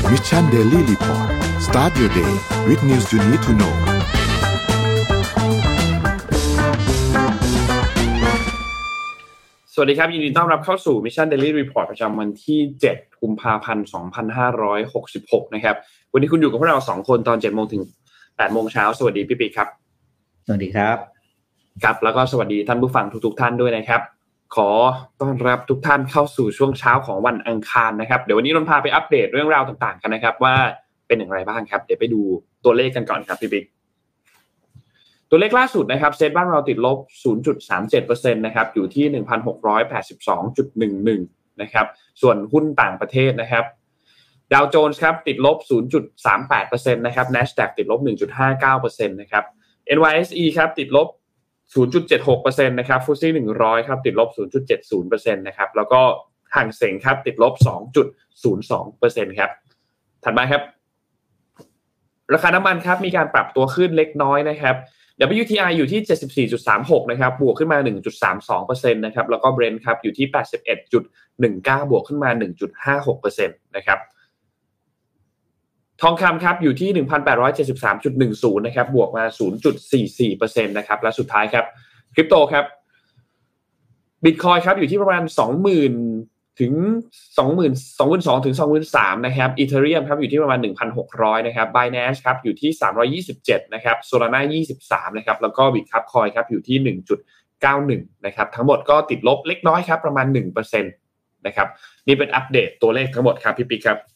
Mission Daily Report Start your day with news you need to know สวัสดีครับยินดีต้อนรับเข้าสู่ Mission Daily Report ประจำวันที่7กุมภาพันธ์2566นะครับวันนี้คุณอยู่กับพวกเรา2คนตอน 7:00 นถึง 8:00 นสวัสดีพี่ปิ๊กครับสวัสดีครับครับแล้วก็สวัสดีท่านผู้ฟังทุกๆท่านด้วยนะครับขอต้อนรับทุกท่านเข้าสู่ช่วงเช้าของวันอังคารนะครับเดี๋ยววันนี้นนท์พาไปอัปเดตเรื่องราวต่างๆกันนะครับว่าเป็นอย่างไรบ้างครับเดี๋ยวไปดูตัวเลขกันก่อนครับพี่ปิ๊กตัวเลขล่าสุดนะครับเซ็ตบ้านเราติดลบ 0.37% นะครับอยู่ที่ 1,682.11 นะครับส่วนหุ้นต่างประเทศนะครับดาวโจนส์ครับติดลบ 0.38% นะครับ NASDAQ ติดลบ 1.59% นะครับ NYSE ครับติดลบ 0.76% นะครับ FTSE 100ครับติดลบ 0.70% นะครับแล้วก็ห่างเส็งครับติดลบ 2.02% ครับถัดมาครับราคาน้ำมันครับมีการปรับตัวขึ้นเล็กน้อยนะครับWTI อยู่ที่ 74.36 นะครับบวกขึ้นมา 1.32% นะครับแล้วก็ Brent ครับอยู่ที่ 81.19 บวกขึ้นมา 1.56% นะครับทองคำครับอยู่ที่ 1,873.10 นะครับบวกมา 0.44% นะครับและสุดท้ายครับคริปโตครับ Bitcoin ครับอยู่ที่ประมาณ 20,000 ถึง 22,000 ถึง 23,000 นะครับ Ethereum ครับอยู่ที่ประมาณ 1,600 นะครับ Binance ครับอยู่ที่327นะครับ Solana 23นะครับแล้วก็ Bitcoin ครับอยู่ที่ 1.91 นะครับทั้งหมดก็ติดลบเล็กน้อยครับประมาณ 1% นะครับนี่เป็นอัปเดตตัวเลขทั้งหมดครับพี่ปิ๊กครับ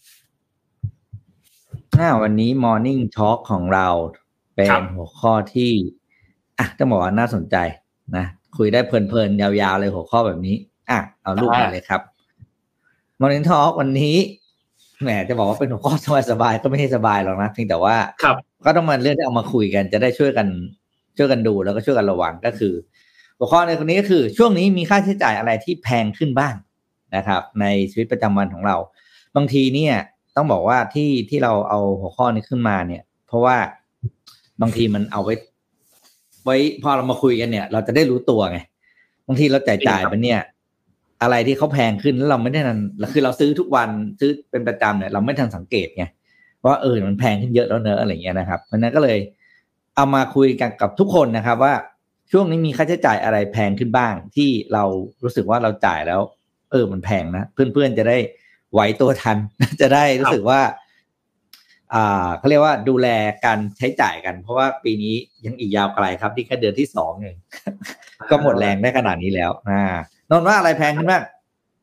วันนี้ Morning Talk ของเราเป็นหัวข้อที่ต้องบอกว่าน่าสนใจนะคุยได้เพลินๆยาวๆเลยหัวข้อแบบนี้เอาลูกมาเลยครับ Morning Talk วันนี้แหมจะบอกว่าเป็นหัวข้อสบายๆก็ไม่ใช่สบายหรอกนะเพียงแต่ว่าก็ต้องมาเรื่องที่เอามาคุยกันจะได้ช่วยกันดูแล้วก็ช่วยกันระวังก็คือหัวข้อในคนนี้ก็คือช่วงนี้มีค่าใช้จ่ายอะไรที่แพงขึ้นบ้างนะครับในชีวิตประจำวันของเราบางทีเนี่ยต้องบอกว่าที่เราเอาหัวข้อนี้ขึ้นมาเนี่ยเพราะว่าบางทีมันเอาไว้พอเรามาคุยกันเนี่ยเราจะได้รู้ตัวไงบางทีเราจ่ายไปเนี่ยอะไรที่เขาแพงขึ้นแล้วเราไม่ได้ทันคือเราซื้อทุกวันซื้อเป็นประจำเนี่ยเราไม่ทันสังเกตไงว่ามันแพงขึ้นเยอะแล้วเนอะอะไรเงี้ยนะครับเพราะนั้นก็เลยเอามาคุยกันกับทุกคนนะครับว่าช่วงนี้มีค่าใช้จ่ายอะไรแพงขึ้นบ้างที่เรารู้สึกว่าเราจ่ายแล้วมันแพงนะเพื่อนๆจะได้ไหวตัวทันจะได้รู้สึกว่าเขาเรียกว่าดูแลการใช้จ่ายกันเพราะว่าปีนี้ยังอีกยาวไกลครับที่แค่เดือนที่2เองก็หมดแรงได้ขนาดนี้แล้วนนท์ว่าอะไรแพงขึ้นบ้าง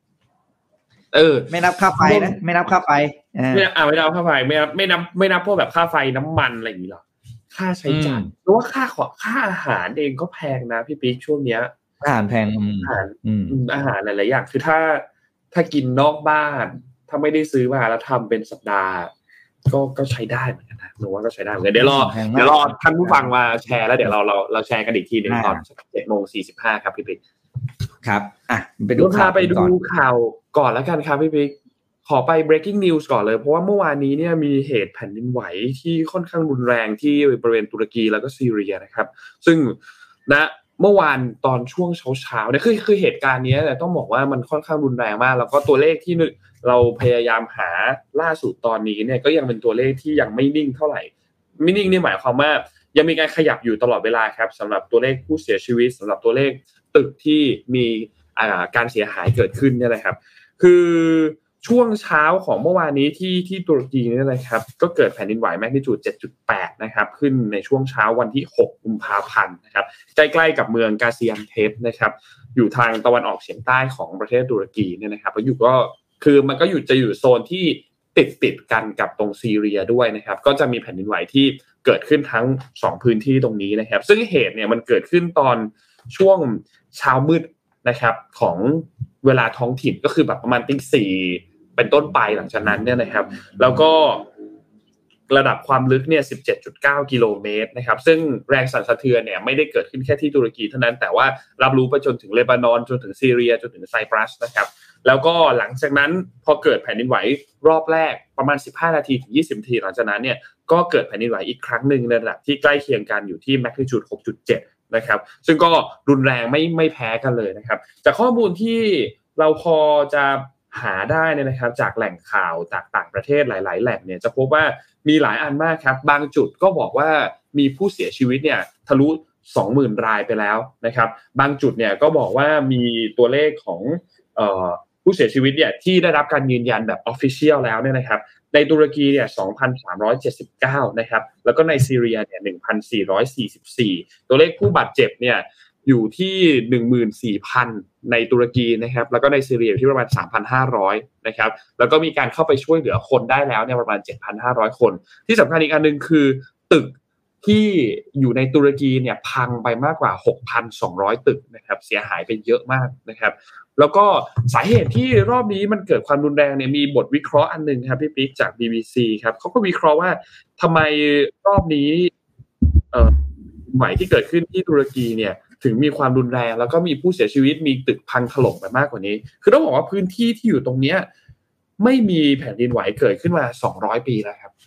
ไม่นับค่าไฟนะไม่นับค่าไฟไม่นับค่าไฟไม่นับพวกแบบค่าไฟน้ำมันอะไรอย่างนี้หรอค่าใช้จ่ายเพราะว่าค่าอาหารเองก็แพงนะพี่ปิ๊กช่วงเนี้ยอาหารแพงอาหารหลายๆอย่างคือถ้ากินนอกบ้านถ้าไม่ได้ซื้อมาแล้วทำเป็นสัปดาห์ก็ใช้ได้เหมือนกันนะหนูว่าก็ใช้ได้เหมือนกันเดี๋ยวรอท่านผู้ฟังมาแชร์แล้วเดี๋ยวเราแชร์กันอีกทีนึงตอน 7:45 ครับพี่ปิ๊กครับไปดูข่าวก่อนแล้วกันครับพี่ปิ๊กขอไป breaking news ก่อนเลยเพราะว่าเมื่อวานนี้เนี่ยมีเหตุแผ่นดินไหวที่ค่อนข้างรุนแรงที่บริเวณตุรกีแล้วก็ซีเรียนะครับซึ่งเมื่อวานตอนช่วงเช้าเนี่ยคือเหตุการณ์นี้เนี่ยต้องบอกว่ามันค่อนข้างรุนแรงมากแล้วก็ตัวเลขที่เราพยายามหาล่าสุดตอนนี้เนี่ยก็ยังเป็นตัวเลขที่ยังไม่นิ่งเท่าไหร่ไม่นิ่งนี่หมายความว่ายังมีการขยับอยู่ตลอดเวลาครับสำหรับตัวเลขผู้เสียชีวิตสำหรับตัวเลขตึกที่มีการเสียหายเกิดขึ้นเนี่ยนะครับคือช่วงเช้าของเมื่อวานนี้ที่ตุรกีนี่นะครับก็เกิดแผ่นดินไหวแมกนิจูด 7.8 นะครับขึ้นในช่วงเช้าวันที่6กุมภาพันธ์นะครับใกล้ๆกับเมืองกาซิอันเทปนะครับอยู่ทางตะวันออกเฉียงใต้ของประเทศตุรกีเนี่ยนะครับแล้วคือมันก็จะอยู่โซนที่ติดกันกับตรงซีเรียด้วยนะครับก็จะมีแผ่นดินไหวที่เกิดขึ้นทั้ง2พื้นที่ตรงนี้นะครับซึ่งเหตุเนี่ยมันเกิดขึ้นตอนช่วงเช้ามืดนะครับของเวลาท้องถิ่นก็คือแบบประมาณ 4:00 เป็นต้นไปหลังจากนั้นเนี่ยนะครับแล้วก็ระดับความลึกเนี่ย 17.9 กิโลเมตรนะครับซึ่งแรงสั่นสะเทือนเนี่ยไม่ได้เกิดขึ้นแค่ที่ตุรกีเท่านั้นแต่ว่ารับรู้ไปจนถึงเลบานอนจนถึงซีเรียจนถึงไซปรัสนะครับแล้วก็หลังจากนั้นพอเกิดแผ่นดินไหวรอบแรกประมาณ15นาทีถึง20นาทีหลังจากนั้นเนี่ยก็เกิดแผ่นดินไหวอีกครั้งนึงในระดับที่ใกล้เคียงกันอยู่ที่แมกนิจูด 6.7 นะครับซึ่งก็รุนแรงไม่แพ้กันเลยนะครับจากข้อมูลที่เราพอจะหาได้นะครับจากแหล่งข่าวจากต่างประเทศหลายๆแหล่งเนี่ยจะพบว่ามีหลายอันมากครับบางจุดก็บอกว่ามีผู้เสียชีวิตเนี่ยทะลุ 20,000 รายไปแล้วนะครับบางจุดเนี่ยก็บอกว่ามีตัวเลขของผู้เสียชีวิตเนี่ยที่ได้รับการยืนยันแบบ official แล้วเนี่ยนะครับในตุรกีเนี่ย 2,379 นะครับแล้วก็ในซีเรียเนี่ย 1,444 ตัวเลขผู้บาดเจ็บเนี่ยอยู่ที่ 14,000 ในตุรกีนะครับแล้วก็ในซีเรียอยู่ที่ประมาณ 3,500 นะครับแล้วก็มีการเข้าไปช่วยเหลือคนได้แล้วเนี่ยประมาณ 7,500 คนที่สำคัญอีกอันนึงคือตึกที่อยู่ในตุรกีเนี่ยพังไปมากกว่า 6,200 ตึกนะครับเสียหายไปเยอะมากนะครับแล้วก็สาเหตุที่รอบนี้มันเกิดความรุนแรงเนี่ยมีบทวิเคราะห์อันนึงครับพี่ปิ๊กจาก BBC ครับเขาก็วิเคราะห์ว่าทำไมรอบนี้ใหม่ที่เกิดขึ้นที่ตุรกีเนี่ยถึงมีความรุนแรงแล้วก็มีผู้เสียชีวิตมีตึกพังถล่มไปมากกว่านี้คือต้องบอกว่าพื้นที่ที่อยู่ตรงเนี้ยไม่มีแผ่นดินไหวเกิดขึ้นมา200ปีแล้วครับ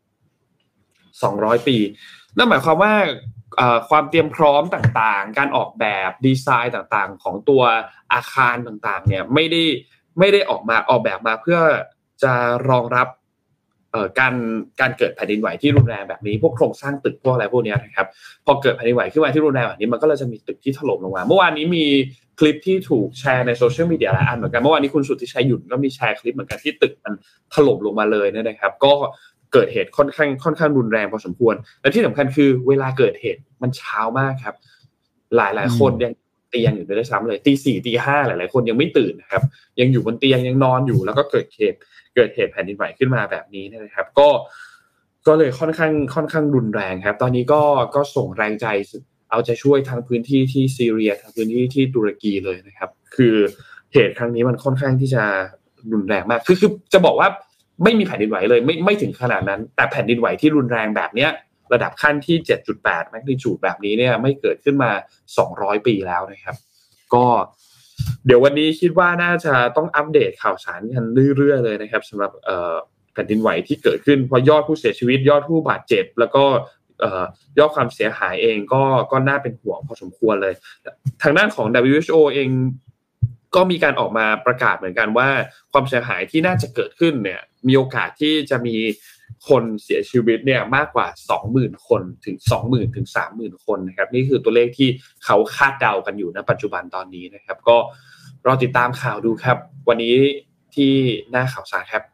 200ปีนั่นหมายความว่าความเตรียมพร้อมต่างๆการออกแบบดีไซน์ต่างๆของตัวอาคารต่างๆเนี่ยไม่ได้ออกแบบมาเพื่อจะรองรับการเกิดแผ่นดินไหวที่รุนแรงแบบนี้พวกโครงสร้างตึกพวกอะไรพวกนี้นะครับพอเกิดแผ่นดินไหวขึ้นมาที่รุนแรงแบบนี้มันก็เลยจะมีตึกที่ถล่มลงมาเมื่อวานนี้มีคลิปที่ถูกแชร์ในโซเชียลมีเดียหลายอันเหมือนกันเมื่อวานนี้คุณสุทธิชัยหยุ่นก็มีแชร์คลิปเหมือนกันที่ตึกมันถล่มลงมาเลยนะครับก็เกิดเหตุค่อนข้างรุนแรงพอสมควรและที่สำคัญคือเวลาเกิดเหตุมันเช้ามากครับหลายคนยังเตียงอยู่ด้วยซ้ำเลย 4:00 น 5:00 นหลายๆคนยังไม่ตื่นนะครับยังอยู่บนเตียงยังนอนอยู่แล้วก็เกิดเหตุแผ่นดินไหวขึ้นมาแบบนี้นะครับก็เลยค่อนข้างรุนแรงครับตอนนี้ก็ส่งแรงใจเอาใจช่วยทั้งพื้นที่ที่ซีเรียทั้งพื้นที่ที่ตุรกีเลยนะครับคือเหตุครั้งนี้มันค่อนข้างที่จะรุนแรงมากคือจะบอกว่าไม่มีแผ่นดินไหวเลยไม่ถึงขนาดนั้นแต่แผ่นดินไหวที่รุนแรงแบบเนี้ยระดับขั้นที่ 7.8 แมกนิจูดแบบนี้เนี่ยไม่เกิดขึ้นมา200ปีแล้วนะครับก็เดี๋ยววันนี้คิดว่าน่าจะต้องอัปเดตข่าวสารกันเรื่อยๆเลยนะครับสำหรับแผ่นดินไหวที่เกิดขึ้นเพราะยอดผู้เสียชีวิตยอดผู้บาดเจ็บแล้วก็ยอดความเสียหายเองก็น่าเป็นห่วงพอสมควรเลยทางด้านของ WHO เองก็มีการออกมาประกาศเหมือนกันว่าความเสียหายที่น่าจะเกิดขึ้นเนี่ยมีโอกาสที่จะมีคนเสียชีวิตเนี่ยมากกว่า 20,000 คนถึง 20,000 ถึง 30,000 คนนะครับนี่คือตัวเลขที่เขาคาดเดากันอยู่ณปัจจุบันตอนนี้นะครับก็รอติดตามข่าวดูครับวันนี้ที่หน้าข่าวสารครับ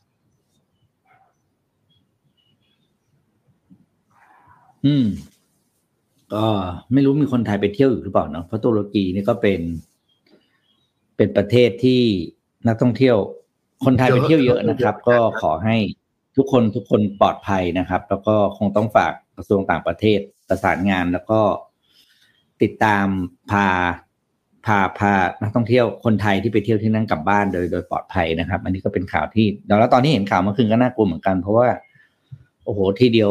ก็ไม่รู้มีคนไทยไปเที่ยวอยู่หรือเปล่าเนาะเพราะตุรกีนี่ก็เป็นประเทศที่นักท่องเที่ยวคนไทยไปเที่ยวเยอะนะครับก็ขอให้ทุกคนปลอดภัยนะครับแล้วก็คงต้องฝากกระทรวงต่างประเทศประสานงานแล้วก็ติดตามพานักท่องเที่ยวคนไทยที่ไปเที่ยวที่นั่นกลับบ้านโดยปลอดภัยนะครับอันนี้ก็เป็นข่าวที่แล้วตอนนี้เห็นข่าวเมื่อคืนก็น่ากลัวเหมือนกันเพราะว่าโอ้โหทีเดียว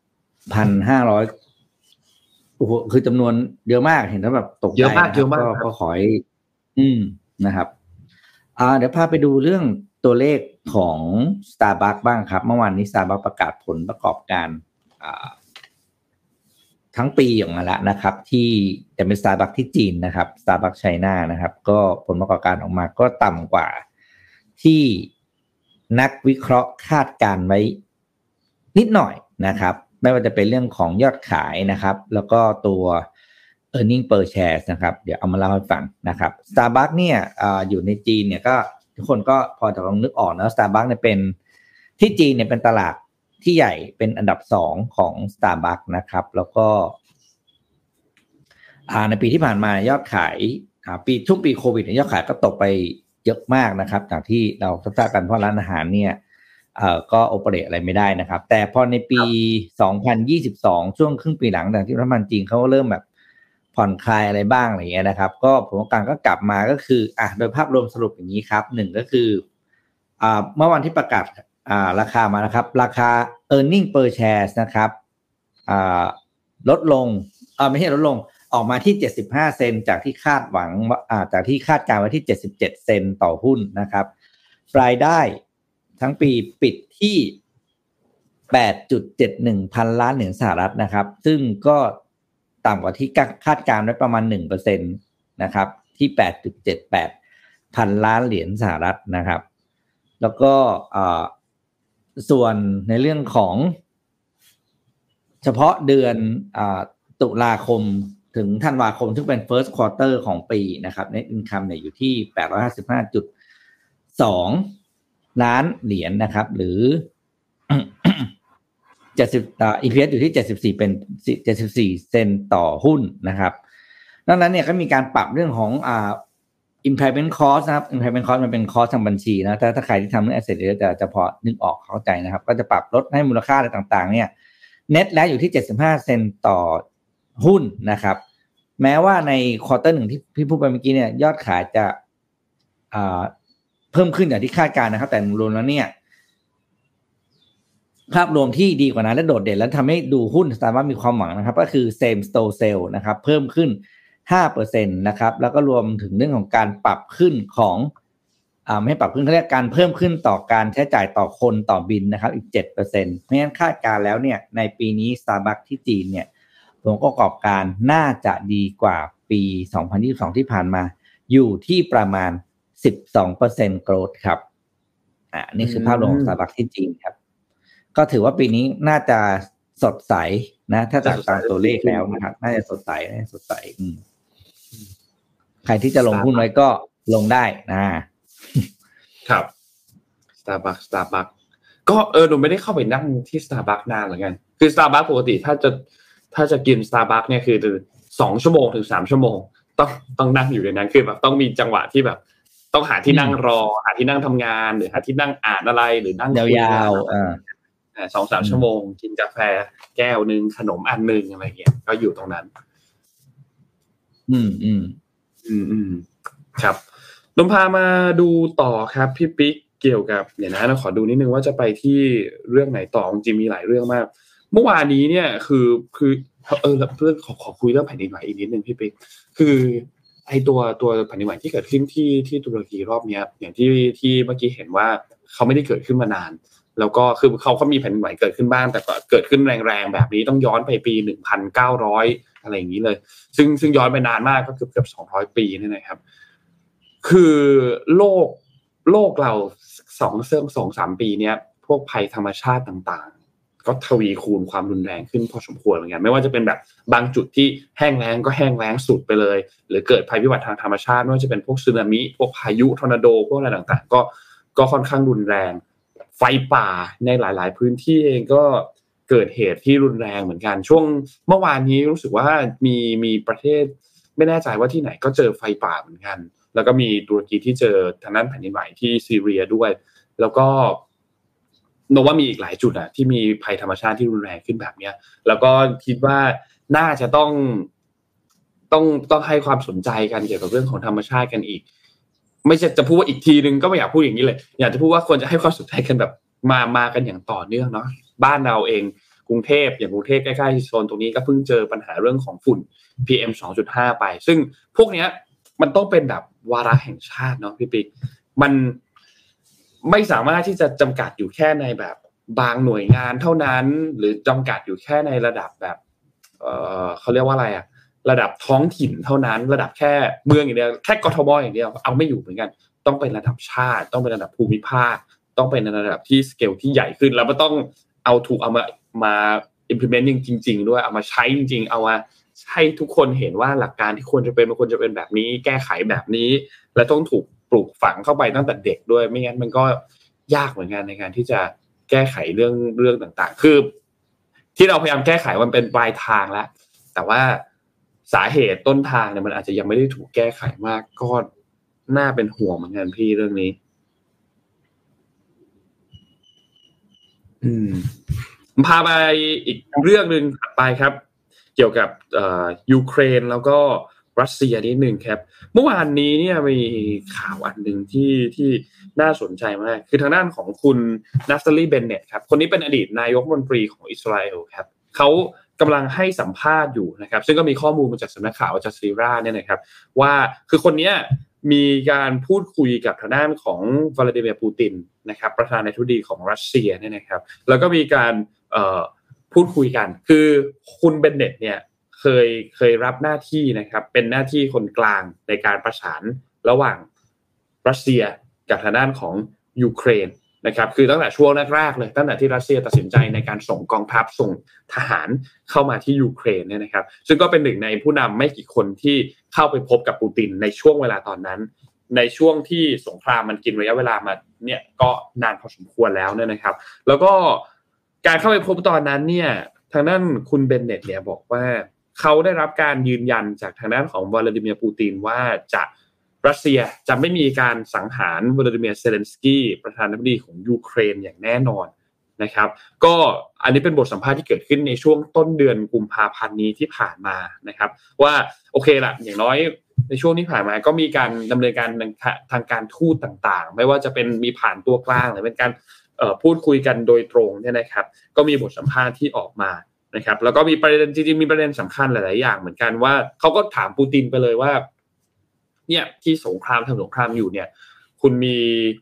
1,500 โอ้โหคือจำนวนเยอะมากเห็นแล้วแบบตกใจนะครับก็ขอให้นะครับเดี๋ยวพาไปดูเรื่องตัวเลขของ Starbucks บ้างครับเมื่อวานนี้ Starbucks ประกาศผลประกอบการทั้งปีออกมาแล้วนะครับที่แต่เป็น Starbucks ที่จีนนะครับ Starbucks China นะครับก็ผลประกอบการออกมาก็ต่ำกว่าที่นักวิเคราะห์คาดการไว้นิดหน่อยนะครับไม่ว่าจะเป็นเรื่องของยอดขายนะครับแล้วก็ตัว earning per share นะครับเดี๋ยวเอามาเล่าให้ฟังนะครับ Starbucks เนี่ยอยู่ในจีนเนี่ยก็ทุกคนก็พอจะลองนึกออกนะ Starbucks เนี่ยเป็นที่จีนเนี่ยเป็นตลาดที่ใหญ่เป็นอันดับ2ของ Starbucks นะครับแล้วก็ในปีที่ผ่านมายอดขายช่วงปีโควิดยอดขายก็ตกไปเยอะมากนะครับจากที่เราทราบกันเพราะร้านอาหารเนี่ยก็โอเปเรตอะไรไม่ได้นะครับแต่พอในปี2022ช่วงครึ่งปีหลังจากที่รัฐบาลจีนเขาก็เริ่มแบบผ่อนคลายอะไรบ้างอะไรอย่างเงี้ยนะครับก็ผลประกอบการก็กลับมาก็คือโดยภาพรวมสรุปอย่างนี้ครับ1ก็คือเมื่อวันที่ประกาศราคามานะครับราคา earning per share นะครับลดลงไม่ใช่ลดลงออกมาที่75เซนต์จากที่คาดหวังจากที่คาดการไว้ที่77เซนต์ต่อหุ้นนะครับรายได้ทั้งปีปิดที่ 8.71 พันล้านเหรียญสหรัฐนะครับซึ่งก็ต่ำกว่าที่คาดการไว้ประมาณ 1% นะครับที่ 8.78 1,000 ล้านเหรียญสหรัฐนะครับแล้วก็ส่วนในเรื่องของเฉพาะเดือนตุลาคมถึงธันวาคมซึ่งเป็น first quarter ของปีนะครับ net income เนี่ยอยู่ที่ 855.2 ล้านเหรียญนะครับหรือEPS อยู่ที่74เป็น74เซนต์ต่อหุ้นนะครับดังนั้นเนี่ยก็มีการปรับเรื่องของimpairment cost นะครับ impairment cost มันเป็น cost ทางบัญชีนะถ้าใครที่ทำเรื่อง asset จะพอนึกออกเข้าใจนะครับก็จะปรับลดให้มูลค่าอะไรต่างๆเนี่ย net แล้วอยู่ที่75เซนต์ต่อหุ้นนะครับแม้ว่าในควอเตอร์1ที่พี่พูดไปเมื่อกี้เนี่ยยอดขายจะเพิ่มขึ้นอย่างที่คาดการณ์นะครับแต่รวมแล้วเนี่ยภาพรวมที่ดีกว่านั้นและโดดเด่นและทำให้ดูหุ้น Starbucks มีความหวังนะครับก็คือ same store sale นะครับเพิ่มขึ้น 5% นะครับแล้วก็รวมถึงเรื่องของการปรับขึ้นของไม่ปรับขึ้นเขาเรียกการเพิ่มขึ้นต่อการใช้จ่ายต่อคนต่อบินนะครับอีก 7% เพราะฉะนั้นคาดการณ์แล้วเนี่ยในปีนี้ Starbucks ที่จีนเนี่ยผลประกอบการน่าจะดีกว่าปี2022ที่ผ่านมาอยู่ที่ประมาณ 12% growth ครับนี่คือภาพรวมของ Starbucks ที่จีนครับก็ถือว่าปีนี้น่าจะสดใสนะถ้าจากตามตัวเลขแล้วนะครับน่าจะสดใสใครที่จะลงหุ้นไว้ก็ลงได้นะครับ Starbucks ก็หนูไม่ได้เข้าไปนั่งที่ Starbucks นานเหมือนกันคือ Starbucks ปกติถ้าจะกิน Starbucks เนี่ยคือ2ชั่วโมงถึง3ชั่วโมงต้องนั่งอยู่ในนั้นคือแบบต้องมีจังหวะที่แบบต้องหาที่นั่งรอหาที่นั่งทำงานหรือหาที่นั่งอ่านอะไรหรือนั่งยาวๆ2-3 ชั่วโมงกินกาแฟแก้วนึงขนมอันนึงอะไรเงี้ยก็อยู่ตรงนั้นครับนมพามาดูต่อครับพี่ปิ๊กเกี่ยวกับเราขอดูนิดนึงว่าจะไปที่เรื่องไหนต่อจริงมีหลายเรื่องมากเมื่อวานนี้เนี่ยคือเพื่อนขอคุยเรื่องแผ่นดินไหวอีกนิดนึงพี่ปิ๊กคือไอตัวแผ่นดินไหวที่เกิดขึ้นที่ตุรกีรอบนี้อย่างที่เมื่อกี้เห็นว่าเขาไม่ได้เกิดขึ้นมานานแล้วก็คือเขามีแผ่นดินไหวเกิดขึ้นบ้างแต่ก็เกิดขึ้นแรงๆแบบนี้ต้องย้อนไปปี 1,900 อะไรอย่างนี้เลยซึ่งย้อนไปนานมากก็เกือบ200 ปีนี่นะครับคือโลกเรา2-3 ปีเนี้ยพวกภัยธรรมชาติต่างๆก็ทวีคูณความรุนแรงขึ้นพอสมควรเหมือนกันไม่ว่าจะเป็นแบบบางจุดที่แห้งแล้งก็แห้งแล้งสุดไปเลยหรือเกิดภัยพิบัติทางธรรมชาติไม่ว่าจะเป็นพวกสึนามิพวกพายุทอร์นาโดพวกอะไรต่างๆก็ค่อนข้างรุนแรงไฟป่าในหลายๆพื้นที่เองก็เกิดเหตุที่รุนแรงเหมือนกันช่วงเมื่อวานนี้รู้สึกว่ามีประเทศไม่แน่ใจว่าที่ไหนก็เจอไฟป่าเหมือนกันแล้วก็มีตุรกีที่เจอทางด้านแผ่นดินไหวที่ซีเรียด้วยแล้วก็โนว่ามีอีกหลายจุดที่มีภัยธรรมชาติที่รุนแรงขึ้นแบบนี้แล้วก็คิดว่าน่าจะต้องให้ความสนใจกันเกี่ยวกับเรื่องของธรรมชาติกันอีกไม่ใช่จะพูดว่าอีกทีนึงก็ไม่อยากพูดอย่างนี้เลยอยากจะพูดว่าควรจะให้ความสนใจกันแบบมากันอย่างต่อเนื่องเนาะบ้านเราเองกรุงเทพอย่างกรุงเทพใกล้ๆโซนตรงนี้ก็เพิ่งเจอปัญหาเรื่องของฝุ่น PM 2.5 ไปซึ่งพวกเนี้ยมันต้องเป็นแบบวาระแห่งชาติเนาะพี่ปิ๊กมันไม่สามารถที่จะจำกัดอยู่แค่ในแบบบางหน่วยงานเท่านั้นหรือจำกัดอยู่แค่ในระดับแบบเขาเรียกว่าอะไรระดับท้องถิ่นเท่านั้นระดับแค่เมืองอย่างเดียวแค่กทมอย่างเดียวเอาไม่อยู่เหมือนกันต้องเป็นระดับชาติต้องเป็นระดับภูมิภาคต้องเป็นในระดับที่สเกลที่ใหญ่ขึ้นแล้วก็ต้องเอามา implement จริงๆด้วยเอามาใช้จริงๆเอามาให้ทุกคนเห็นว่าหลักการที่ควรจะเป็นแบบนี้แก้ไขแบบนี้และต้องถูกปลูกฝังเข้าไปตั้งแต่เด็กด้วยไม่งั้นมันก็ยากเหมือนกันในการที่จะแก้ไขเรื่องต่างๆคือที่เราพยายามแก้ไขมันเป็นปลายทางแล้วแต่ว่าสาเหตุต้นทางเนี่ยมันอาจจะยังไม่ได้ถูกแก้ไขมากก็น่าเป็นห่วงเหมือนกันพี่เรื่องนี้พาไปอีกเรื่องนึงถัดไปครับเกี่ยวกับยูเครนแล้วก็รัสเซียนิดนึงครับเมื่อวานนี้เนี่ยมีข่าวอันนึงที่น่าสนใจมากคือทางด้านของคุณนัฟตาลีเบนเน็ตครับคนนี้เป็นอดีตนายกรัฐมนตรีของอิสราเอลครับเขากำลังให้สัมภาษณ์อยู่นะครับซึ่งก็มีข้อมูลมาจากสำนักข่าวอัลจาซีราเนี่ยนะครับว่าคือคนนี้มีการพูดคุยกับทางด้านของวลาดิเมียร์ปูตินนะครับประธานาธิบดีของรัสเซียเนี่ยนะครับแล้วก็มีการพูดคุยกันคือคุณเบนเน็ตเนี่ยเคยรับหน้าที่นะครับเป็นหน้าที่คนกลางในการประสานระหว่างรัสเซียกับทางด้านของยูเครนนะครับคือตั้งแต่ช่วงแรกๆเลยตั้งแต่ที่รัสเซียตัดสินใจในการส่งกองทัพส่งทหารเข้ามาที่ยูเครนเนี่ยนะครับซึ่งก็เป็นหนึ่งในผู้นำไม่กี่คนที่เข้าไปพบกับปูตินในช่วงเวลาตอนนั้นในช่วงที่สงครามมันกินระยะเวลามาเนี่ยก็นานพอสมควรแล้วเนี่ยนะครับแล้วก็การเข้าไปพบตอนนั้นเนี่ยทางด้านคุณเบนเน็ตเนี่ยบอกว่าเขาได้รับการยืนยันจากทางด้านของวลาดิเมียร์ปูตินว่ารัสเซียจะไม่มีการสังหารวลาดิเมียร์เซเลนสกี้ประธานาธิบดีของยูเครนอย่างแน่นอนนะครับก็อันนี้เป็นบทสัมภาษณ์ที่เกิดขึ้นในช่วงต้นเดือนกุมภาพันธ์นี้ที่ผ่านมานะครับว่าโอเคละอย่างน้อยในช่วงที่ผ่านมาก็มีการดำเนินการทางการทูตต่างๆไม่ว่าจะเป็นมีผ่านตัวกลางหรือเป็นการพูดคุยกันโดยตรงเนี่ยนะครับก็มีบทสัมภาษณ์ที่ออกมานะครับแล้วก็มีประเด็นจริงๆมีประเด็นสำคัญหลายๆอย่างเหมือนกันว่าเขาก็ถามปูตินไปเลยว่าเนี่ยที่สงครามทำสงครามอยู่เนี่ยคุณมี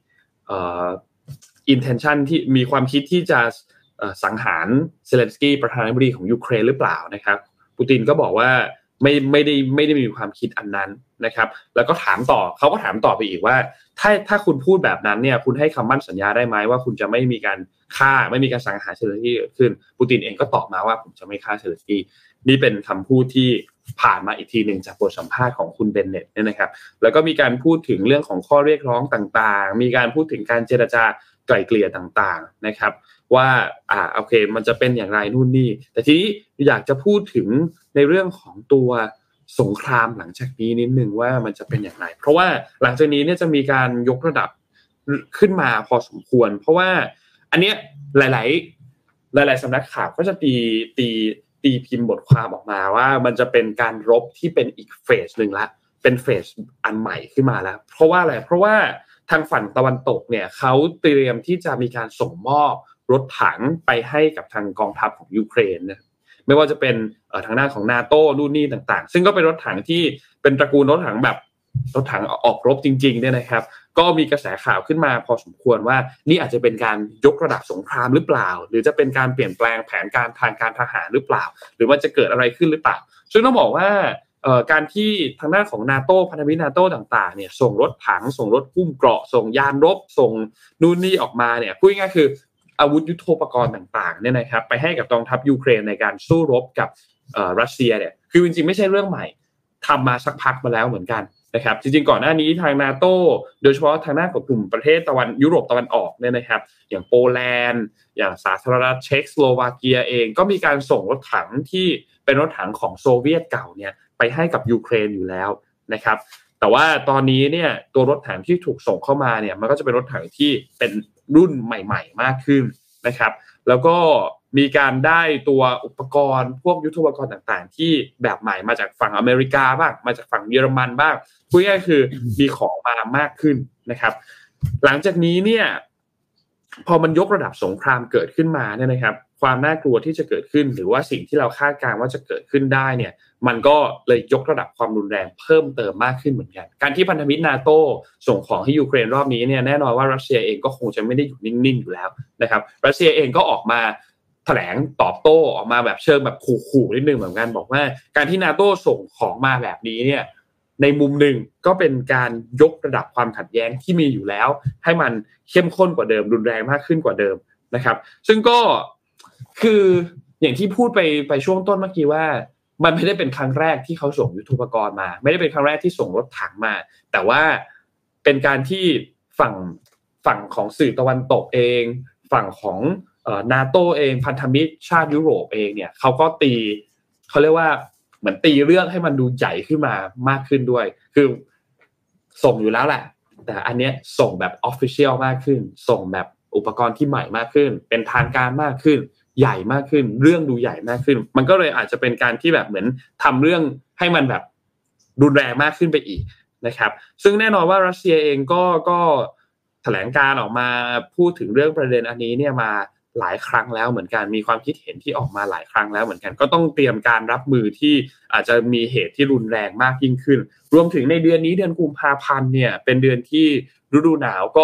intention ที่มีความคิดที่จะสังหารเซเลนสกี้ประธานาธิบดีของยูเครนหรือเปล่านะครับปูตินก็บอกว่าไม่ได้มีความคิดอันนั้นนะครับแล้วก็ถามต่อเขาก็ถามต่อไปอีกว่าถ้าคุณพูดแบบนั้นเนี่ยคุณให้คำมั่นสัญญาได้ไหมว่าคุณจะไม่มีการฆ่าไม่มีการสังหารเซเลนสกี้เกิดขึ้นปูตินเองก็ตอบมาว่าผมจะไม่ฆ่าเซเลนสกี้นี่เป็นคำพูดที่ผ่านมาอีกทีหนึ่งจากบทสัมภาษณ์ของคุณเบนเน็ตเนี่ยนะครับแล้วก็มีการพูดถึงเรื่องของข้อเรียกร้องต่างๆมีการพูดถึงการเจรจาไกล่เกลี่ยต่างๆนะครับว่าโอเคมันจะเป็นอย่างไรนู่นนี่แต่ทีนี้อยากจะพูดถึงในเรื่องของตัวสงครามหลังจากนี้นิดนึงว่ามันจะเป็นอย่างไรเพราะว่าหลังจากนี้เนี่ยจะมีการยกระดับขึ้นมาพอสมควรเพราะว่าอันเนี้ยหลายสำนักข่าวก็จะตีพิมพ์บทความออกมาว่ามันจะเป็นการรบที่เป็นอีกเฟสนึงละเป็นเฟสอันใหม่ขึ้นมาแล้วเพราะว่าอะไรเพราะว่าทางฝั่งตะวันตกเนี่ยเขาเตรียมที่จะมีการส่งมอบรถถังไปให้กับทางกองทัพของยูเครนนะไม่ว่าจะเป็นทางด้านของ NATO นู่นนี่ต่างๆซึ่งก็เป็นรถถังที่เป็นตระกูลรถถังแบบรถถังออกรบจริงๆเนี่ยนะครับก็มีกระแสข่าวขึ้นมาพอสมควรว่านี่อาจจะเป็นการยกระดับสงครามหรือเปล่าหรือจะเป็นการเปลี่ยนแปลงแผนการทางการทหารหรือเปล่าหรือว่าจะเกิดอะไรขึ้นหรือเปล่าซึ่งต้องบอกว่าการที่ทางด้านของ NATO พันธมิตร NATO ต่างๆเนี่ยส่งรถถังส่งรถหุ้มเกราะส่งยานรบส่งนู่นนี่ออกมาเนี่ยพูดง่ายๆคืออาวุธยุทโธปกรณ์ต่างๆเนี่ยนะครับไปให้กับกองทัพยูเครนในการสู้รบกับรัสเซียเนี่ยคือจริงๆไม่ใช่เรื่องใหม่ทำมาสักพักมาแล้วเหมือนกันนะครับจริงๆก่อนหน้านี้ทาง NATO โดยเฉพาะทางด้านของกลุ่มประเทศยุโรปตะวันออกเนี่ยนะครับอย่างโปแลนด์อย่างสาธารณรัฐเช็กสโลวาเกียเองก็มีการส่งรถถังที่เป็นรถถังของโซเวียตเก่าเนี่ยไปให้กับยูเครนอยู่แล้วนะครับแต่ว่าตอนนี้เนี่ยตัวรถถังที่ถูกส่งเข้ามาเนี่ยมันก็จะเป็นรถถังที่เป็นรุ่นใหม่ๆมากขึ้นนะครับแล้วก็มีการได้ตัวอุปกรณ์พวกยุทโธปกรณ์ต่างๆที่แบบใหม่มาจากฝั่งอเมริกาบ้างมาจากฝั่งเยอรมันบ้างพูดง่ายๆคือมีของมามากขึ้นนะครับหลังจากนี้เนี่ยพอมันยกระดับสงครามเกิดขึ้นมาเนี่ยนะครับความน่ากลัวที่จะเกิดขึ้นหรือว่าสิ่งที่เราคาดการณ์ว่าจะเกิดขึ้นได้เนี่ยมันก็เลยยกระดับความรุนแรงเพิ่มเติมมากขึ้นเหมือนกันการที่พันธมิตร NATO ส่งของให้ยูเครนรอบนี้เนี่ยแน่นอนว่ารัสเซียเองก็คงจะไม่ได้อยู่นิ่งๆอยู่แล้วนะครับรัสเซียเองก็ออกมาแถลงตอบโต้ออกมาแบบเชิงแบบขู่ๆนิดนึงเหมือนกันบอกว่าการที่ NATO ส่งของมาแบบนี้เนี่ยในมุมหนึ่งก็เป็นการยกระดับความขัดแย้งที่มีอยู่แล้วให้มันเข้มข้นกว่าเดิมรุนแรงมากขึ้นกว่าเดิมนะครับซึ่งก็คืออย่างที่พูดไปช่วงต้นเมื่อกี้ว่ามันไม่ได้เป็นครั้งแรกที่เขาส่งยุทโธปกรณ์มาไม่ได้เป็นครั้งแรกที่ส่งรถถังมาแต่ว่าเป็นการที่ฝั่งของสื่อตะวันตกเองฝั่งของNATO เองพันธมิตรชาติยุโรปเองเนี่ยเขาก็เขาเรียกว่าเหมือนตีเรื่องให้มันดูใหญ่ขึ้นมามากขึ้นด้วยคือส่งอยู่แล้วแหละแต่อันเนี้ยส่งแบบ official มากขึ้นส่งแบบอุปกรณ์ที่ใหม่มากขึ้นเป็นทางการมากขึ้นใหญ่มากขึ้นเรื่องดูใหญ่มากขึ้นมันก็เลยอาจจะเป็นการที่แบบเหมือนทำเรื่องให้มันแบบรุนแรงมากขึ้นไปอีกนะครับซึ่งแน่นอนว่ารัสเซียเองก็แถลงการออกมาพูดถึงเรื่องประเด็นอันนี้เนี่ยมาหลายครั้งแล้วเหมือนกันมีความคิดเห็นที่ออกมาหลายครั้งแล้วเหมือนกันก็ต้องเตรียมการรับมือที่อาจจะมีเหตุที่รุนแรงมากยิ่งขึ้นรวมถึงในเดือนนี้เดือนกุมภาพันธ์เนี่ยเป็นเดือนที่ฤดูหนาวก็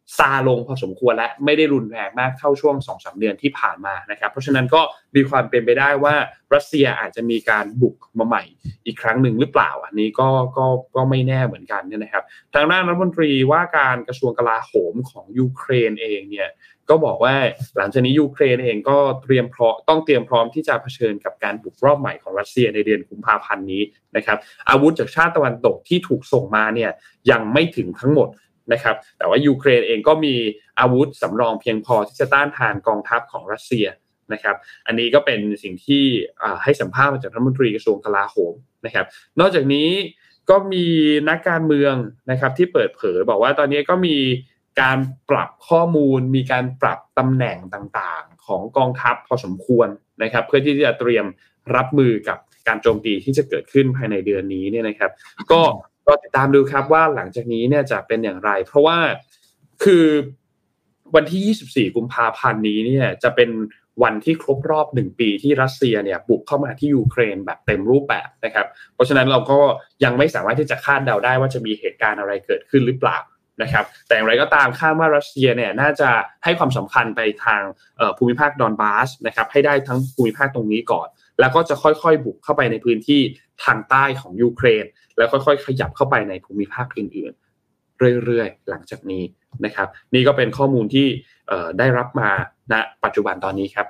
ซาลงพอสมควรและไม่ได้รุนแรงมากเท่าช่วง 2-3 เดือนที่ผ่านมานะครับเพราะฉะนั้นก็มีความเป็นไปได้ว่ารัสเซียอาจจะมีการบุกมาใหม่อีกครั้งหนึ่งหรือเปล่าอันนี้ก็ไม่แน่เหมือนกันเนี่ยนะครับทางด้านรัฐมนตรีว่าการกระทรวงกลาโหมของยูเครนเองเนี่ยก็บอกว่าหลังจากนี้ยูเครนเองก็ต้องเตรียมพร้อมที่จะเผชิญกับการบุกรอบใหม่ของรัสเซียในเดือนกุมภาพันธ์นี้นะครับอาวุธจากชาติตะวันตกที่ถูกส่งมาเนี่ยยังไม่ถึงทั้งหมดนะครับแต่ว่ายูเครนเองก็มีอาวุธสำรองเพียงพอที่จะต้านทานกองทัพของรัสเซียนะครับอันนี้ก็เป็นสิ่งที่ให้สัมภาษณ์มาจากรัฐมนตรีกระทรวงกลาโหมนะครับนอกจากนี้ก็มีนักการเมืองนะครับที่เปิดเผยบอกว่าตอนนี้ก็มีการปรับข้อมูลมีการปรับตำแหน่งต่างๆของกองทัพพอสมควรนะครับเพื่อที่จะเตรียมรับมือกับการโจมตีที่จะเกิดขึ้นภายในเดือนนี้เนี่ยนะครับก็ติดตามดูครับว่าหลังจากนี้เนี่ยจะเป็นอย่างไรเพราะว่าคือวันที่24กุมภาพันธ์นี้เนี่ยจะเป็นวันที่ครบรอบ1ปีที่รัสเซียเนี่ยบุกเข้ามาที่ยูเครนแบบเต็มรูปแบบนะครับเพราะฉะนั้นเราก็ยังไม่สามารถที่จะคาดเดาได้ว่าจะมีเหตุการณ์อะไรเกิดขึ้นหรือเปล่านะครับแต่อย่างไรก็ตามคาดว่ารัสเซียเนี่ยน่าจะให้ความสำคัญไปทางภูมิภาคดอนบาสนะครับให้ได้ทั้งภูมิภาคตรงนี้ก่อนแล้วก็จะค่อยๆบุกเข้าไปในพื้นที่ทางใต้ของยูเครนแล้วค่อยๆขยับเข้าไปในภูมิภาคอื่นๆเรื่อยๆหลังจากนี้นะครับนี่ก็เป็นข้อมูลที่ได้รับมาณปัจจุบันตอนนี้ครับ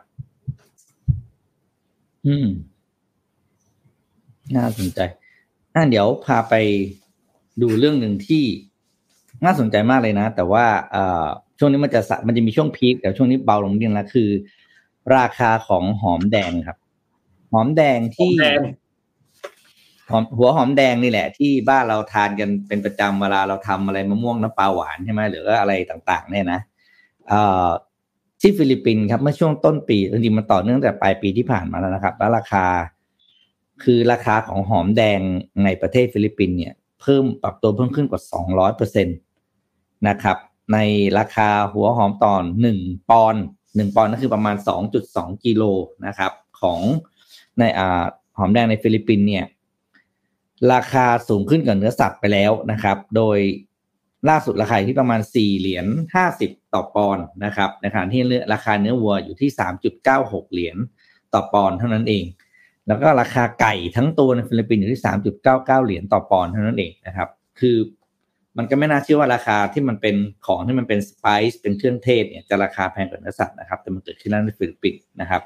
น่าสนใจเดี๋ยวพาไปดูเรื่องนึงที่น่าสนใจมากเลยนะแต่ว่าช่วงนี้มันจะมีช่วงพีคแต่ช่วงนี้เบาลงนิดนึงแล้วคือราคาของหอมแดงครับหอมแดงที่หัวหอมแดงนี่แหละที่บ้านเราทานกันเป็นประจำเวลาเราทำอะไรมะม่วงน้ำปลาหวานใช่ไหมหรือว่าอะไรต่างๆเนี่ยนะที่ฟิลิปปินส์ครับเมื่อช่วงต้นปีจริงๆมันต่อเนื่องแต่ปลายปีที่ผ่านมาแล้วนะครับแล้วราคาของหอมแดงในประเทศฟิลิปปินส์เนี่ยปรับตัวเพิ่มขึ้นกว่า 200% นะครับในราคาหัวหอมต่อ1ปอนด์นั่นคือประมาณ 2.2 กิโลนะครับของในหอมแดงในฟิลิปปินส์เนี่ยราคาสูงขึ้นกว่าเนื้อสัตว์ไปแล้วนะครับโดยล่าสุดราคาที่ประมาณ$4.50ต่อปอนด์นะครับในขณะที่ราคาเนื้อวัวอยู่ที่$3.96ต่อปอนด์เท่านั้นเองแล้วก็ราคาไก่ทั้งตัวในฟิลิปปินส์อยู่ที่$3.99ต่อปอนด์เท่านั้นเองนะครับคือมันก็ไม่น่าเชื่อว่าราคาที่มันเป็นของที่มันเป็นสไปซ์เป็นเครื่องเทศเนี่ยจะราคาแพงกว่าเนื้อสัตว์นะครับแต่มันเกิดขึ้นในฟิลิปปินส์นะครับ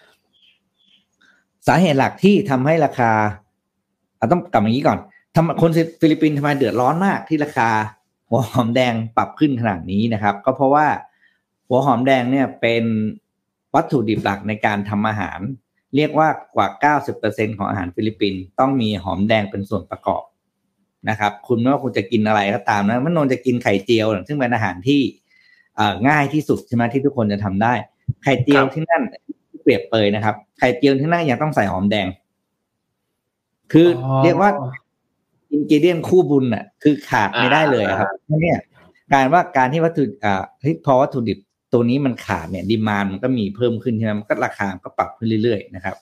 สาเหตุหลักที่ทำให้ราคาต้องกลับมาอย่างนี้ก่อนคนฟิลิปปินส์ทำไมเดือดร้อนมากที่ราคาหัวหอมแดงปรับขึ้นขนาดนี้นะครับก็เพราะว่าหัวหอมแดงเนี่ยเป็นวัตถุดิบหลักในการทำอาหารเรียกว่ากว่า 90% ของอาหารฟิลิปปินส์ต้องมีหอมแดงเป็นส่วนประกอบนะครับคุณไม่ว่าคุณจะกินอะไรก็ตามนะมันนนจะกินไข่เจียวซึ่งเป็นอาหารที่ง่ายที่สุดใช่ไหมที่ทุกคนจะทำได้ไข่เจียวที่นั่นเปรียบเปยนะครับไข่เจียวที่นั่นยังต้องใส่หอมแดงคือเรียกว่าอินกิเดียนคู่บุญน่ะคือขาดไม่ได้เลยครับเนี่ยการที่พอวัตถุดิบตัวนี้มันขาดเนี่ยดีมานด์มันก็มีเพิ่มขึ้นใช่ไหมมันก็ราคาก็ปรับขึ้นเรื่อยๆนะครับ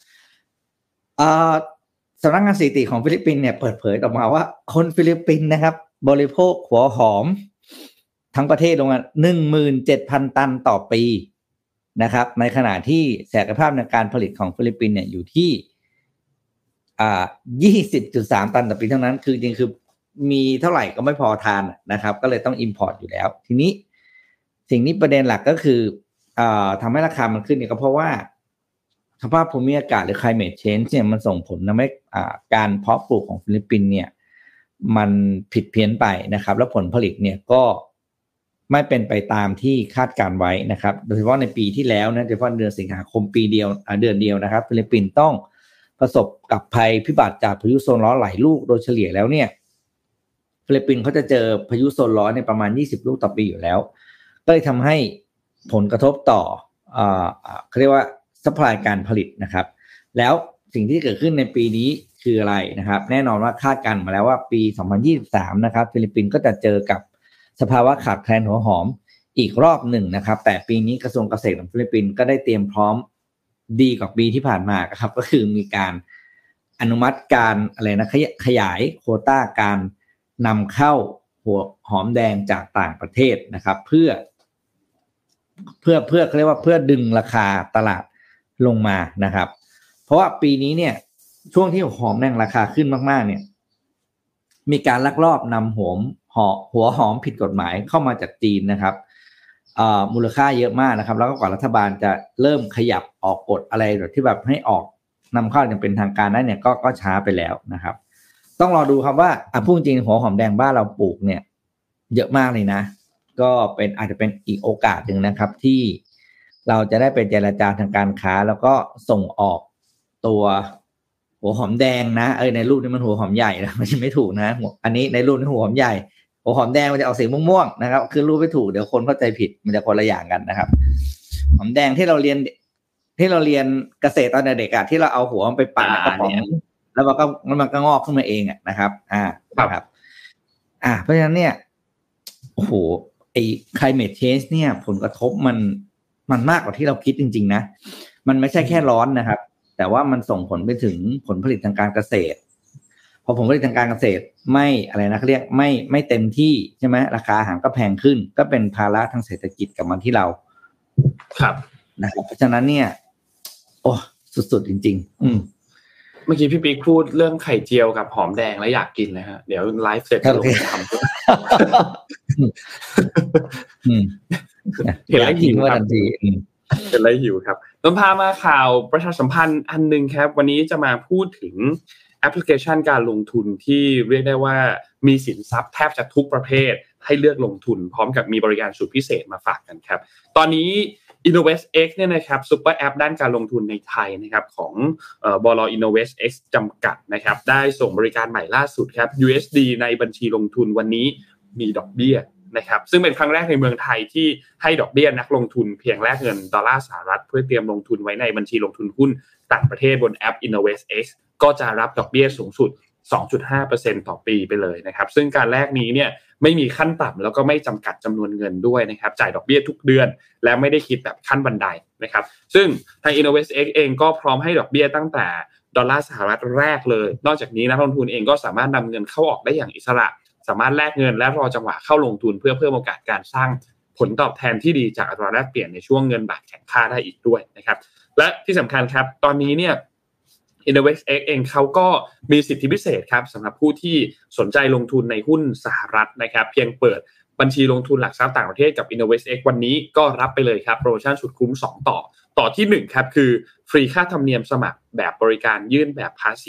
สำนักงานสถิติของฟิลิปปินส์เนี่ยเปิดเผยออกมาว่าคนฟิลิปปินส์นะครับบริโภคหัวหอมทั้งประเทศลงมา 17,000 ตันต่อปีนะครับในขณะที่ศักยภาพในการผลิตของฟิลิปปินส์เนี่ยอยู่ที่20.3 ตันต่อปีเท่านั้นคือจริงคือมีเท่าไหร่ก็ไม่พอทานนะครับก็เลยต้อง import อยู่แล้วทีนี้สิ่งนี้ประเด็นหลักก็คือทำให้ราคามันขึ้นเนี่ยก็เพราะว่าสภาพภูมิอากาศหรือ climate change เนี่ยมันส่งผลทำให้การเพาะปลูกของฟิลิปปินส์เนี่ยมันผิดเพี้ยนไปนะครับแล้วผลผลิตเนี่ยก็ไม่เป็นไปตามที่คาดการไว้นะครับโดยเฉพาะในปีที่แล้วนะโดยเฉพาะเดือนสิงหาคมเดือนเดียวนะครับฟิลิปปินส์ต้องประสบกับภัยพิบัติจากพายุโซนร้อนหลายลูกโดยเฉลี่ยแล้วเนี่ยฟิลิปปินส์เขาจะเจอพายุโซนร้อนในประมาณ20ลูกต่อปีอยู่แล้วก็เลยทำให้ผลกระทบต่อเขาเรียกว่าซัพพลายการผลิตนะครับแล้วสิ่งที่เกิดขึ้นในปีนี้คืออะไรนะครับแน่นอนว่าคาดการณ์มาแล้วว่าปี2023นะครับฟิลิปปินส์ก็จะเจอกับสภาวะขาดแคลนหัวหอมอีกรอบหนึ่งนะครับแต่ปีนี้กระทรวงเกษตรของฟิลิปปินส์ก็ได้เตรียมพร้อมดีกว่าปีที่ผ่านมาครับก็คือมีการอนุมัติการขยายโควต้าการนำเข้าหัวหอมแดงจากต่างประเทศนะครับเพื่อเขาเรียกว่าเพื่อดึงราคาตลาดลงมานะครับเพราะว่าปีนี้เนี่ยช่วงที่หอมแดงราคาขึ้นมากๆเนี่ยมีการลักลอบนำหัวหอมผิดกฎหมายเข้ามาจากจีนนะครับมูลค่าเยอะมากนะครับแล้วก็กว่ารัฐบาลจะเริ่มขยับออกกฎอะไรแบบที่แบบให้ออกนำเข้าอย่างเป็นทางการได้เนี่ยก็ช้าไปแล้วนะครับต้องรอดูครับว่าพูดจริงหัวหอมแดงบ้านเราปลูกเนี่ยเยอะมากเลยนะก็เป็นอาจจะเป็นอีกโอกาสหนึ่งนะครับที่เราจะได้ไปเจรจาทางการค้าแล้วก็ส่งออกตัวหัวหอมแดงนะในรูปนี้มันหัวหอมใหญ่นะมันไม่ถูกนะอันนี้ในรูปนี้หัวหอมใหญ่หัวหอมแดงมันจะออกสีม่วงๆนะครับคือรูปไม่ถูกเดี๋ยวคนเข้าใจผิดมันจะคนละอย่างกันนะครับหอมแดงที่เราเรียนเกษตรตอนเด็กๆที่เราเอาหัวมันไปปั่นกระป๋องแล้วมันก็งอกขึ้นมาเองนะครับครับเพราะฉะนั้นเนี่ยโอ้โหไอ้ climate change เนี่ยผลกระทบมันมากกว่าที่เราคิดจริงๆนะมันไม่ใช่แค่ร้อนนะครับแต่ว่ามันส่งผลไปถึงผลผลิตทางการเกษตรพอผลผลิตทางการเกษตรไม่อะไรนะเขาเรียกไม่เต็มที่ใช่ไหมราคาอาหารก็แพงขึ้นก็เป็นภาระทางเศรษฐกิจกับมันที่เราครับนะครับเพราะฉะนั้นเนี่ยโอ้สุดๆจริงๆเมื่อกี้พี่ปิ๊กพูดเรื่องไข่เจียวกับหอมแดงแล้วอยากกินเลยฮะเดี๋ยวไลฟ์เสร็จจะลงไปทำเห็นแล้วหิวครับเห็นแล้วหิวครับต้นพามาข่าวประชาสัมพันธ์อันนึงครับวันนี้จะมาพูดถึงแอปพลิเคชันการลงทุนที่เรียกได้ว่ามีสินทรัพย์แทบจะทุกประเภทให้เลือกลงทุนพร้อมกับมีบริการสุดพิเศษมาฝากกันครับตอนนี้InnovestX เนี่ยนะครับซุปเปอร์แอปด้านการลงทุนในไทยนะครับของบล. InnovestX จำกัดนะครับได้ส่งบริการใหม่ล่าสุดครับ USD ในบัญชีลงทุนวันนี้มีดอกเบี้ยนะครับซึ่งเป็นครั้งแรกในเมืองไทยที่ให้ดอกเบี้ยนักลงทุนเพียงแลกเงินดอลลาร์สหรัฐเพื่อเตรียมลงทุนไว้ในบัญชีลงทุนหุ้นต่างประเทศบนแอป InnovestX ก็จะรับดอกเบี้ยสูงสุด 2.5% ต่อปีไปเลยนะครับซึ่งการแลกนี้เนี่ยไม่มีขั้นต่ำแล้วก็ไม่จำกัดจำนวนเงินด้วยนะครับจ่ายดอกเบี้ยทุกเดือนและไม่ได้คิดแบบขั้นบันไดนะครับซึ่งทาง InnovestX เองก็พร้อมให้ดอกเบี้ยตั้งแต่ดอลลาร์สหรัฐแรกเลยนอกจากนี้นักลงทุนเองก็สามารถนำเงินเข้าออกได้อย่างอิสระสามารถแลกเงินและรอจังหวะเข้าลงทุนเพื่อเพิ่มโอกาสการสร้างผลตอบแทนที่ดีจากอัตราแลกเปลี่ยนในช่วงเงินบาทแข็งค่าได้อีกด้วยนะครับและที่สำคัญครับตอนนี้เนี่ยInnovestX เองเขาก็มีสิทธิพิเศษครับสำหรับผู้ที่สนใจลงทุนในหุ้นสหรัฐนะครับเพียงเปิดบัญชีลงทุนหลักทรัพย์ต่างประเทศกับ InnovestX วันนี้ก็รับไปเลยครับโปรโมชั่นสุดคุ้ม2ต่อที่1ครับคือฟรีค่าธรรมเนียมสมัครแบบบริการยื่นแบบภาษี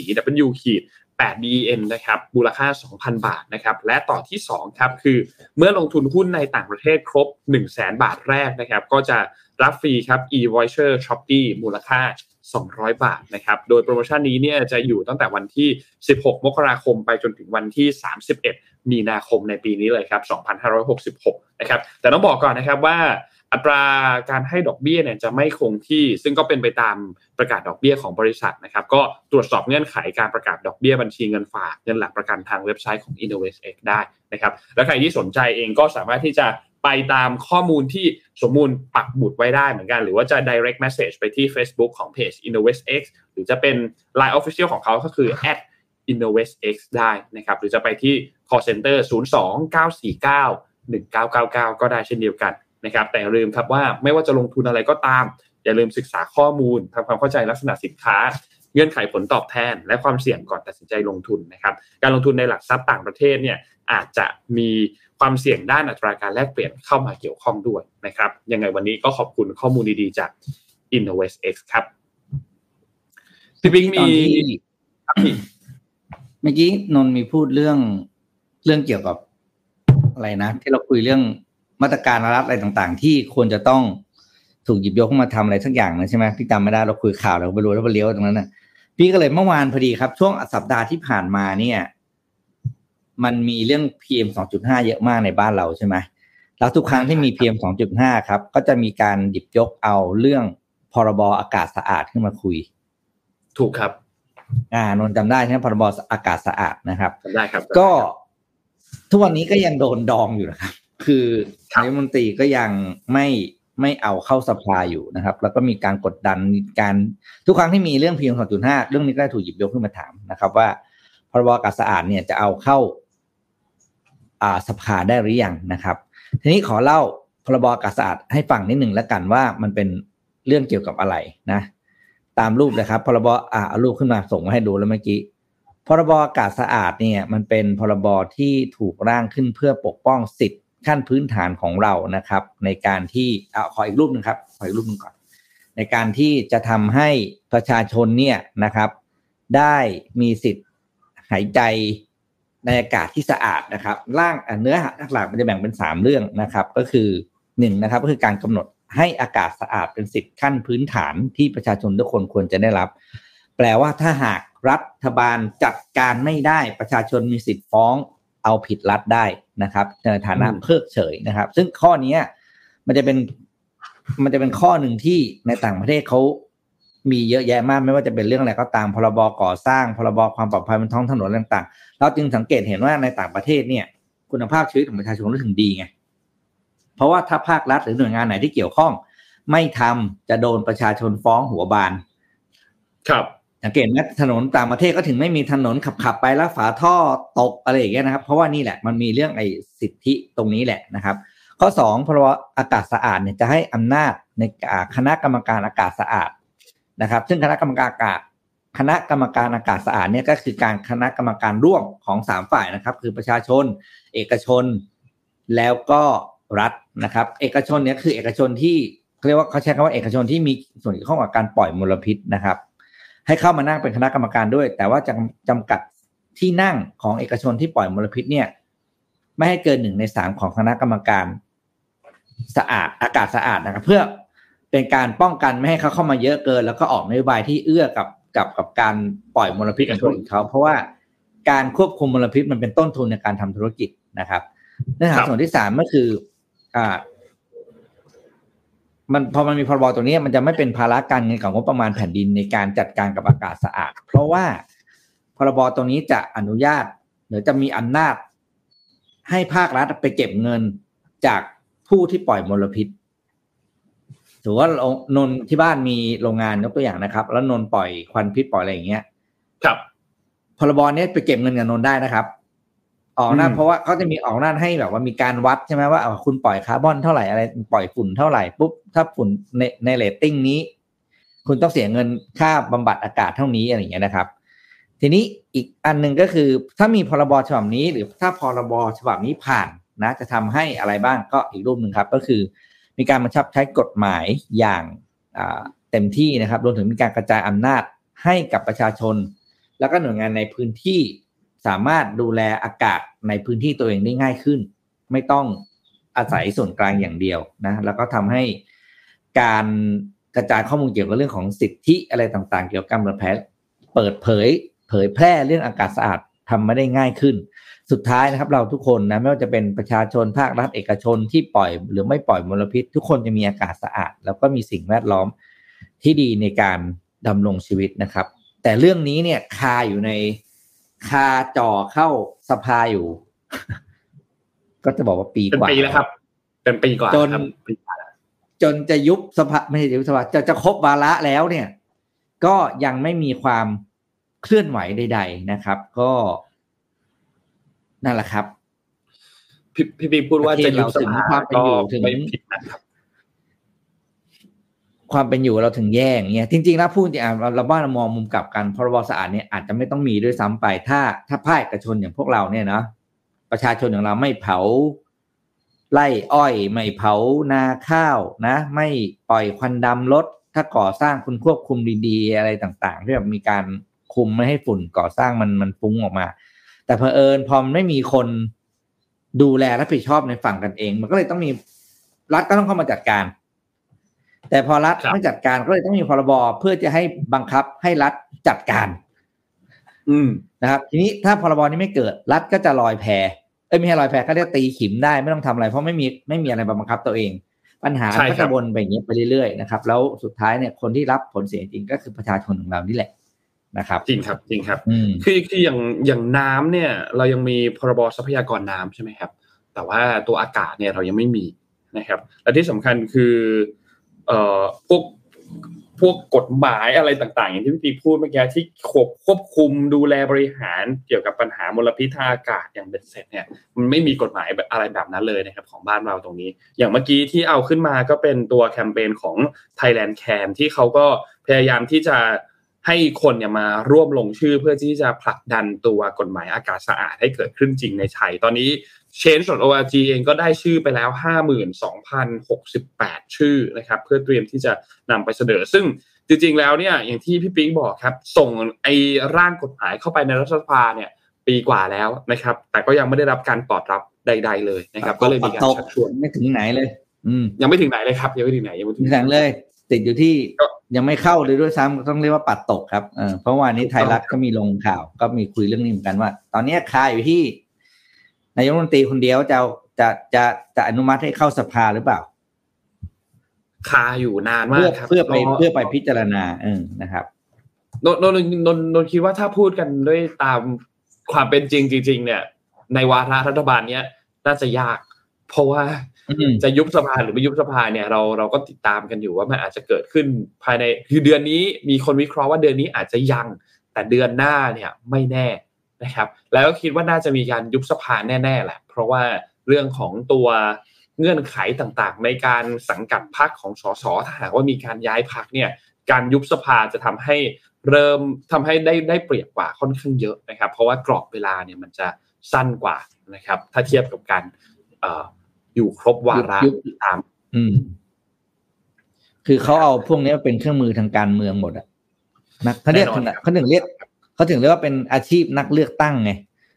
W-8BEN นะครับมูลค่า 2,000 บาทนะครับและต่อที่2ครับคือเมื่อลงทุนหุ้นในต่างประเทศครบ 100,000 บาทแรกนะครับก็จะรับฟรีครับ e-voucher Shopee มูลค่า200 บาทนะครับโดยโปรโมชั่นนี้เนี่ยจะอยู่ตั้งแต่วันที่16มกราคมไปจนถึงวันที่31มีนาคมในปีนี้เลยครับ2566นะครับแต่ต้องบอกก่อนนะครับว่าอัตราการให้ดอกเบี้ยเนี่ยจะไม่คงที่ซึ่งก็เป็นไปตามประกาศดอกเบี้ยของบริษัทนะครับก็ตรวจสอบเงื่อนไขการประกาศดอกเบี้ยบัญชีเงินฝากเงินหลักประกันทางเว็บไซต์ของ InnovestX ได้นะครับและใครที่สนใจเองก็สามารถที่จะไปตามข้อมูลที่สมมูลปักหมุดไว้ได้เหมือนกันหรือว่าจะ direct message ไปที่ Facebook ของเพจ InnovestX หรือจะเป็น Line Official ของเขาก็คือ @InnovestX ได้นะครับหรือจะไปที่ call center 02-949-1999 ก็ได้เช่นเดียวกันนะครับแต่อย่าลืมครับว่าไม่ว่าจะลงทุนอะไรก็ตามอย่าลืมศึกษาข้อมูลทำความเข้าใจลักษณะสินค้าเงื่อนไขผลตอบแทนและความเสี่ยงก่อนตัดสินใจลงทุนนะครับการลงทุนในหลักทรัพย์ต่างประเทศเนี่ยอาจจะมีความเสี่ยงด้านอัตราการแลกเปลี่ยนเข้ามาเกี่ยวข้องด้วยนะครับยังไงวันนี้ก็ขอบคุณข้อมูลดีๆจาก InnovestX ครับพี่ปิ๊งมีเมื่อกี้นนท์มีพูดเรื่องเกี่ยวกับอะไรนะที่เราคุยเรื่องมาตรการรัฐอะไรต่างๆที่ควรจะต้องถูกหยิบยกขึ้นมาทำอะไรสักอย่างนะใช่ไหมพี่จำไม่ได้เราคุยข่าวเราไปรู้แล้วไปเลี้ยวตรงนั้นน่ะพี่ก็เลยเมื่อวานพอดีครับช่วงสัปดาห์ที่ผ่านมาเนี่ยมันมีเรื่อง PM 2.5 เยอะมากในบ้านเราใช่ไหมแล้วทุกครั้งที่มี PM 2.5 ครับก็จะมีการหยิบยกเอาเรื่องพรบอากาศสะอาดขึ้นมาคุยถูกครับนนท์จำได้ใช่ไหมพรบอากาศสะอาดนะครับจำได้ครับก็ทุกวันนี้ก็ยังโดนดองอยู่นะครับคือนายกรัฐมนตรีก็ยังไม่เอาเข้าสภาอยู่นะครับแล้วก็มีการกดดันการทุกครั้งที่มีเรื่อง PM 2.5 เรื่องนี้ก็ถูกหยิบยกขึ้นมาถามนะครับว่าพรบอากาศสะอาดเนี่ยจะเอาเข้าสภาได้หรือยังนะครับทีนี้ขอเล่าพรบอากาศสะอาดให้ฟังนิดหนึ่งแล้วกันว่ามันเป็นเรื่องเกี่ยวกับอะไรนะตามรูปเลยครับพรบเอารูปขึ้นมาส่งมาให้ดูแล้วเมื่อกี้พรบอากาศสะอาดเนี่ยมันเป็นพรบที่ถูกร่างขึ้นเพื่อปกป้องสิทธิขั้นพื้นฐานของเรานะครับในการที่ขออีกรูปนึงครับขออีกรูปนึงก่อนในการที่จะทำให้ประชาชนเนี่ยนะครับได้มีสิทธิ์หายใจในอากาศที่สะอาดนะครับร่างเนื้อหาหลักๆมันจะแบ่งเป็น3เรื่องนะครับก็คือ1นะครับก็คือการกำหนดให้อากาศสะอาดเป็นสิทธิขั้นพื้นฐานที่ประชาชนทุกคนควรจะได้รับแปลว่าถ้าหากรัฐบาลจัดการไม่ได้ประชาชนมีสิทธิ์ฟ้องเอาผิดรัฐได้นะครับในฐานะเพิกเฉยนะครับซึ่งข้อนี้มันจะเป็นข้อหนึ่งที่ในต่างประเทศเขามีเยอะแยะมากไม่ว่าจะเป็นเรื่องอะไรก็ตามพรบก่อสร้างพรบความปลอดภัยบนท้องถนนต่างๆเราจึงสังเกตเห็นว่าในต่างประเทศเนี่ยคุณภาพชีวิตของประชาชนรู้สึกดีไงเพราะว่าถ้าภาครัฐหรือหน่วยงานไหนที่เกี่ยวข้องไม่ทำจะโดนประชาชนฟ้องหัวบานครับสังเกตไหมถนนต่างประเทศก็ถึงไม่มีถนนขับไปแล้วฝาท่อตกอะไรอย่างเงี้ยนะครับเพราะว่านี่แหละมันมีเรื่องสิทธิตรงนี้แหละนะครับข้อ2พรบอากาศสะอาดเนี่ยจะให้อำนาจในคณะกรรมการอากาศสะอาดนะครับซึ่งคณะกรรมการอากาศสะอาดเนี่ยก็คือการคณะกรรมการร่วมของ3ฝ่ายนะครับคือประชาชนเอกชนแล้วก็รัฐนะครับเอกชนเนี่ยคือเอกชนที่เรียกว่าเขาใช้คำว่าเอกชนที่มีส่วนเกี่ยวข้องกับการปล่อยมลพิษนะครับให้เข้ามานั่งเป็นคณะกรรมการด้วยแต่ว่าจะจำกัดที่นั่งของเอกชนที่ปล่อยมลพิษเนี่ยไม่ให้เกิน1 ใน 3ของคณะกรรมการสะอาดอากาศสะอาดนะครับเพื่อเป็นการป้องกันไม่ให้เขาเข้ามาเยอะเกินแล้วก็ออกนโยบายที่เอื้อกับการปล่อยมลพิษของคนอื่นเขาเพราะว่าการควบคุมมลพิษมันเป็นต้นทุนในการทำธุรกิจนะครับเนื้อหาส่วนที่3ก็คือมันพอมันมีพรบตัวนี้มันจะไม่เป็นภาระการเงินของงบประมาณแผ่นดินในการจัดการกับอากาศสะอาดเพราะว่าพรบตัวนี้จะอนุญาตหรือจะมีอำนาจให้ภาครัฐไปเก็บเงินจากผู้ที่ปล่อยมลพิษถือว่านนที่บ้านมีโรงงานยกตัวอย่างนะครับแล้วนนปล่อยควันพิษปล่อยอะไรอย่างเงี้ยครับพรบนี้ไปเก็บเงินกับนนได้นะครับออกหน้าเพราะว่าเขาจะมีออกหน้าให้แบบว่ามีการวัดใช่ไหมว่าคุณปล่อยคาร์บอนเท่าไหร่อะไรปล่อยฝุ่นเท่าไหร่ปุ๊บถ้าฝุ่นในเรตติ้งนี้คุณต้องเสียเงินค่าบำบัดอากาศเท่านี้อะไรอย่างเงี้ยนะครับทีนี้อีกอันนึงก็คือถ้ามีพรบฉบับนี้หรือถ้าพรบฉบับนี้ผ่านนะจะทำให้อะไรบ้างก็อีกรูปนึงครับก็คือมีการบังคับใช้กฎหมายอย่างเต็มที่นะครับรวมถึงมีการกระจายอำนาจให้กับประชาชนแล้วก็หน่วยงานในพื้นที่สามารถดูแลอากาศในพื้นที่ตัวเองได้ง่ายขึ้นไม่ต้องอาศัยส่วนกลางอย่างเดียวนะแล้วก็ทำให้การกระจายข้อมูลเกี่ยวกับเรื่องของสิทธิอะไรต่างๆเกี่ยวกับการเปิดเผยแพร่เรื่องอากาศสะอาดทำมาได้ง่ายขึ้นสุดท้ายนะครับเราทุกคนนะไม่ว่าจะเป็นประชาชนภาครัฐเอกชนที่ปล่อยหรือไม่ปล่อยมลพิษทุกคนจะมีอากาศสะอาดแล้วก็มีสิ่งแวดล้อมที่ดีในการดำรงชีวิตนะครับแต่เรื่องนี้เนี่ยคาจ่อเข้าสภาอยู่ ก็จะบอกว่าปีกว่าเป็นปีแล้วครับเป็นปีกว่าจนจะยุบสภาไม่ใช่ยุบสภาจะครบวาระแล้วเนี่ยก็ยังไม่มีความเคลื่อนไหวใดๆนะครับก็นั่นแหละครับพี่พูดว่าจะยุบสภาก็ไม่ผิดนะครับความเป็นอยู่เราถึงแย่อย่างเงี้ยจริงๆแล้วพูดจริงๆเราบ้านเรามองมุมกลับกันพรบสะอาดเนี่ยอาจจะไม่ต้องมีด้วยซ้ำไปถ้าภาคเอกชนอย่างพวกเราเนี่ยนะประชาชนอย่างเราไม่เผาไร่อ้อยไม่เผานาข้าวนะไม่ปล่อยควันดำรถถ้าก่อสร้างคุณควบคุมดีๆอะไรต่างๆที่แบบมีการคุมไม่ให้ฝุ่นก่อสร้างมันฟุ้งออกมาแต่เผอิญพอไม่มีคนดูแลรับผิดชอบในฝั่งกันเองมันก็เลยต้องมีรัฐก็ต้องเข้ามาจัดการแต่พอรัฐไม่จัดการก็เลยต้องมีพรบเพื่อจะให้บังคับให้รัฐจัดการนะครับทีนี้ถ้าพรบนี้ไม่เกิดรัฐก็จะลอยแพไม่ให้ลอยแพก็จะตีขิมได้ไม่ต้องทำอะไรเพราะไม่มีอะไรบังคับตัวเองปัญหาก็จะวนไปอย่างนี้ไปเรื่อยๆนะครับแล้วสุดท้ายเนี่ยคนที่รับผลเสียจริงก็คือประชาชนของเรานี่แหละนะครับจริงครับคืออย่างน้ำเนี่ยเรายังมีพรบทรัพยากรน้ำใช่ไหมครับแต่ว่าตัวอากาศเนี่ยเรายังไม่มีนะครับและที่สำคัญคือพวกกฎหมายอะไรต่างๆอย่างที่พี่ปีพูดเมื่อกี้ที่ควบคุมดูแลบริหารเกี่ยวกับปัญหามลพิษทางอากาศอย่างเบ็ดเสร็จเนี่ยมันไม่มีกฎหมายอะไรแบบนั้นเลยนะครับของบ้านเราตรงนี้อย่างเมื่อกี้ที่เอาขึ้นมาก็เป็นตัวแคมเปญของ Thailand Can ที่เขาก็พยายามที่จะให้คนเนี่ยมาร่วมลงชื่อเพื่อที่จะผลักดันตัวกฎหมายอากาศสะอาดให้เกิดขึ้นจริงในไทยตอนนี้ Change.org เองก็ได้ชื่อไปแล้ว 52,068 ชื่อนะครับเพื่อเตรียมที่จะนำไปเสนอซึ่งจริงๆแล้วเนี่ยอย่างที่พี่ปิ๊งบอกครับส่งไอ้ร่างกฎหมายเข้าไปในรัฐสภาเนี่ยปีกว่าแล้วนะครับแต่ก็ยังไม่ได้รับการตอบรับใดๆเลยนะครับก็เลยมีการชักชวนไม่ถึงไหนเลยยังไม่ถึงไหนเลยครับยังไม่ถึงไหนเลยติดอยู่ที่ยังไม่เข้าเลยด้วยซ้ำต้องเรียกว่าปัดตกครับเพราะวันนี้ไทยรัฐก็มีลงข่าวก็มีคุยเรื่องนี้เหมือนกันว่าตอนนี้คาอยู่ที่นายกรัฐมนตรีคนเดียวจะอนุมัติให้เข้าสภาหรือเปล่าคาอยู่นานมากครับเพื่อไปพิจารณานะครับนนคิดว่าถ้าพูดกันด้วยตามความเป็นจริงเนี่ยในวาระรัฐบาลเนี้ยน่าจะยากเพราะว่าจะยุบสภาหรือไม่ยุบสภาเนี่ยเราก็ติดตามกันอยู่ว่ามันอาจจะเกิดขึ้นภายในคือเดือนนี้มีคนวิเคราะห์ว่าเดือนนี้อาจจะยังแต่เดือนหน้าเนี่ยไม่แน่นะครับแล้วก็คิดว่าน่าจะมีการยุบสภาแน่ๆแหละเพราะว่าเรื่องของตัวเงื่อนไขต่างๆในการสังกัดพรรคของสสถ้าหากว่ามีการย้ายพรรคเนี่ยการยุบสภาจะทำให้ได้เปรียบกว่าค่อนข้างเยอะนะครับเพราะว่ากรอบเวลาเนี่ยมันจะสั้นกว่านะครับถ้าเทียบกับการอยู่ครบวาระตามคือเขาเอาพวกนี้เป็นเครื่องมือทางการเมืองหมดอ่ะนะเขาถึงเรียกว่าเป็นอาชีพนักเลือกตั้งไง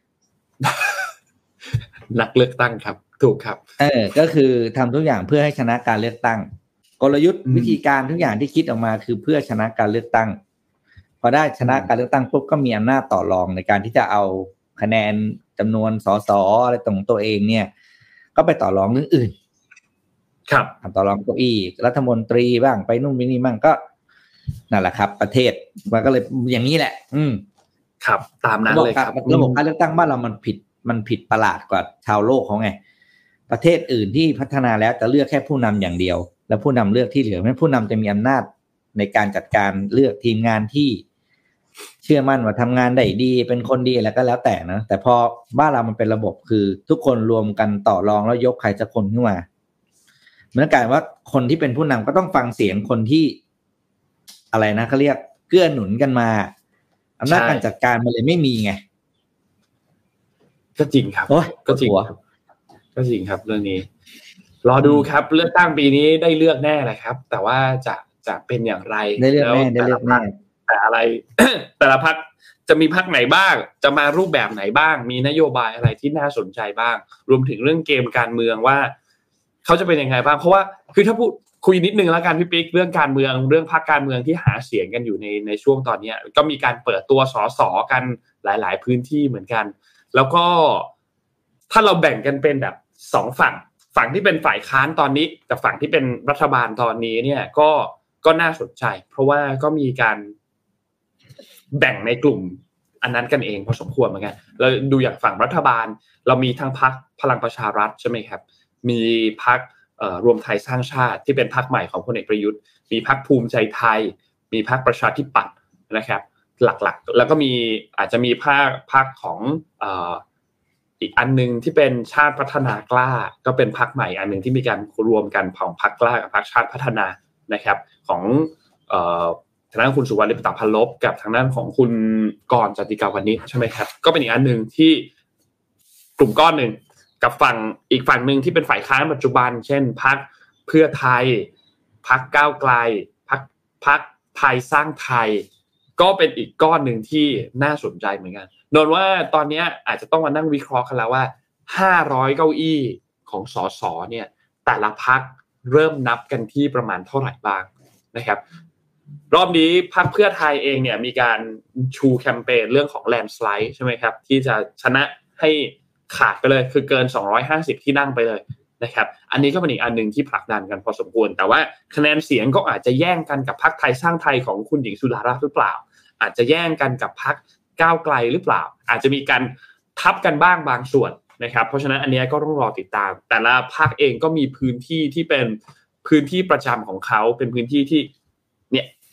นักเลือกตั้งครับถูกครับก็คือทำทุกอย่างเพื่อให้ชนะการเลือกตั้งกลยุทธ์วิธีการทุกอย่างที่คิดออกมาคือเพื่อชนะการเลือกตั้งพอได้ชนะการเลือกตั้งปุ๊บก็มีอำนาจต่อรองในการที่จะเอาคะแนนจำนวนสสอะไรของตัวเองเนี่ยก็ไปต่อรองเรื่องอื่นครับต่อรองเก้าอี้รัฐมนตรีบ้างไปนู่นไปนี่บ้างก็นั่นแหละครับประเทศมันก็เลยอย่างนี้แหละครับตามนั้นเลยครับระบบการเลือกตั้งบ้านเรามันผิดประหลาดกว่าชาวโลกเขาไงประเทศอื่นที่พัฒนาแล้วจะเลือกแค่ผู้นำอย่างเดียวแล้วผู้นำเลือกที่เหลือไม่ผู้นำจะมีอำนาจในการจัดการเลือกทีมงานที่เชื่อมั่นว่าทำงานได้ดีเป็นคนดีอะไรก็แล้วแต่นะแต่พอบ้านเรามันเป็นระบบคือทุกคนรวมกันต่อรองแล้วยกใครสักคนขึ้นมาเหมือนกันว่าคนที่เป็นผู้นำก็ต้องฟังเสียงคนที่อะไรนะเขาเรียกเกื้อหนุนกันมาอำนาจการจัดการมันเลยไม่มีไงก็จริงครับก็จริงครับเรื่องนี้รอดูครับเลือกตั้งปีนี้ได้เลือกแน่แหละครับแต่ว่าจะเป็นอย่างไรได้เลือกแน่แต่อะไร แต่ละพรรคจะมีพรรคไหนบ้างจะมารูปแบบไหนบ้างมีนโยบายอะไรที่น่าสนใจบ้างรวมถึงเรื่องเกมการเมืองว่าเขาจะเป็นยังไงบ้างเพราะว่าคือถ้าพูดคุยนิดนึงแล้วกันพี่ปิ๊กเรื่องการเมืองเรื่องพรรคการเมืองที่หาเสียงกันอยู่ในช่วงตอนนี้ก็มีการเปิดตัวสสกันหลายๆพื้นที่เหมือนกันแล้วก็ถ้าเราแบ่งกันเป็นแบบ2ฝั่งที่เป็นฝ่ายค้านตอนนี้กับฝั่งที่เป็นรัฐบาลตอนนี้เนี่ยก็น่าสนใจเพราะว่าก็มีการแบ่งในกลุ่มอันนั้นกันเองพอสมควรเหมือนกันเราดูอย่างฝั่งรัฐบาลเรามีทั้งพรรคพลังประชารัฐใช่ไหมครับมีพรรครวมไทยสร้างชาติที่เป็นพรรคใหม่ของพลเอกประยุทธ์มีพรรคภูมิใจไทยมีพรรคประชาธิปัตย์นะครับหลักๆแล้วก็มีอาจจะมีพรรคของอีกอันนึงที่เป็นชาติพัฒนากล้าก็เป็นพรรคใหม่อันนึงที่มีการรวมกันของพรรคกล้ากับพรรคชาติพัฒนานะครับของทางด้านคุณสุวรรณลิปตพันลบกับทางด้านของคุณกรณ์จติกาวนิชใช่ไหมครับก็เป็นอีกอันนึงที่กลุ่มก้อนนึงกับอีกฝั่งนึงที่เป็นฝ่ายค้านปัจจุบันเช่นพรรคเพื่อไทยพรรคก้าวไกลพรรคไทยสร้างไทยก็เป็นอีกก้อนนึงที่น่าสนใจเหมือนกันนนว่าตอนนี้อาจจะต้องมานั่งวิเคราะห์กันแล้วว่า500เก้าอี้ของสสเนี่ยแต่ละพรรคเริ่มนับกันที่ประมาณเท่าไหร่บ้างนะครับรอบนี้พรรคเพื่อไทยเองเนี่ยมีการชูแคมเปญเรื่องของแลนด์สไลด์ใช่ไหมครับที่จะชนะให้ขาดไปเลยคือเกิน250ที่นั่งไปเลยนะครับอันนี้ก็เป็นอีกอันนึงที่ผลักดันกันพอสมควรแต่ว่าคะแนนเสียงก็อาจจะแย่งกันกับพรรคไทยสร้างไทยของคุณหญิงสุดารัตน์หรือเปล่าอาจจะแย่งกันกับพรรคก้าวไกลหรือเปล่าอาจจะมีการทับกันบ้างบางส่วนนะครับเพราะฉะนั้นอันนี้ก็ต้องรอติดตามแต่ละพรรคเองก็มีพื้นที่ที่เป็นพื้นที่ประจำของเขาเป็นพื้นที่ที่เนี่ย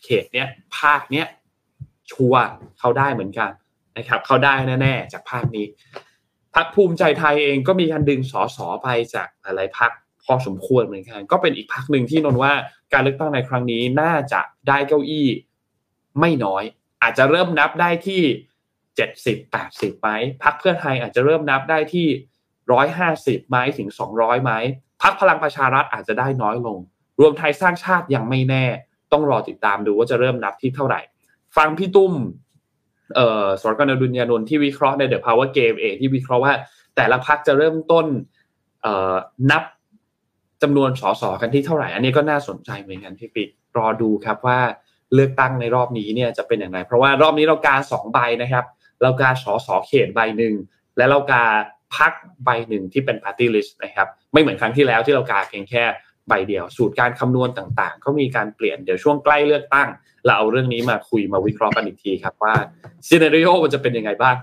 เขตเนี้ยภาคเนี้ยชัวร์เขาได้เหมือนกันนะครับเขาได้แน่ๆจากภาคนี้พรรคภูมิใจไทยเองก็มีการดึงสสไปจากหลายๆพรรคพอสมควรเหมือนกันก็เป็นอีกพรรคนึงที่นนว่าการเลือกตั้งในครั้งนี้น่าจะได้เก้าอี้ไม่น้อยอาจจะเริ่มนับได้ที่70-80มั้ยพรรคเพื่อไทยอาจจะเริ่มนับได้ที่150มั้ยถึง200มั้ยพรรคพลังประชารัฐอาจจะได้น้อยลงรวมไทยสร้างชาติยังไม่แน่ต้องรอติดตามดูว่าจะเริ่มนับที่เท่าไหร่ฟังพี่ตุ้มสรกนดุลยานนท์ที่วิเคราะห์ใน The Power Game เองที่วิเคราะห์ว่าแต่ละพรรคจะเริ่มต้นนับจำนวนสสกันที่เท่าไหร่อันนี้ก็น่าสนใจเหมือนกันพี่ปิ๊กรอดูครับว่าเลือกตั้งในรอบนี้เนี่ยจะเป็นอย่างไรเพราะว่ารอบนี้เรากา2ใบนะครับเรากาสสเขตใบนึงและเรากาพรรคใบนึงที่เป็น Party List นะครับไม่เหมือนครั้งที่แล้วที่เรากาเพียงแค่ใบเดียวสูตรการคำนวณต่างๆก็มีการเปลี่ยนเดี๋ยวช่วงใกล้เลือกตั้งเราเอาเรื่องนี้มาคุยมาวิเคราะห์กันอีกทีครับว่าซีนาริโอมันจะเป็นยังไงบ้าง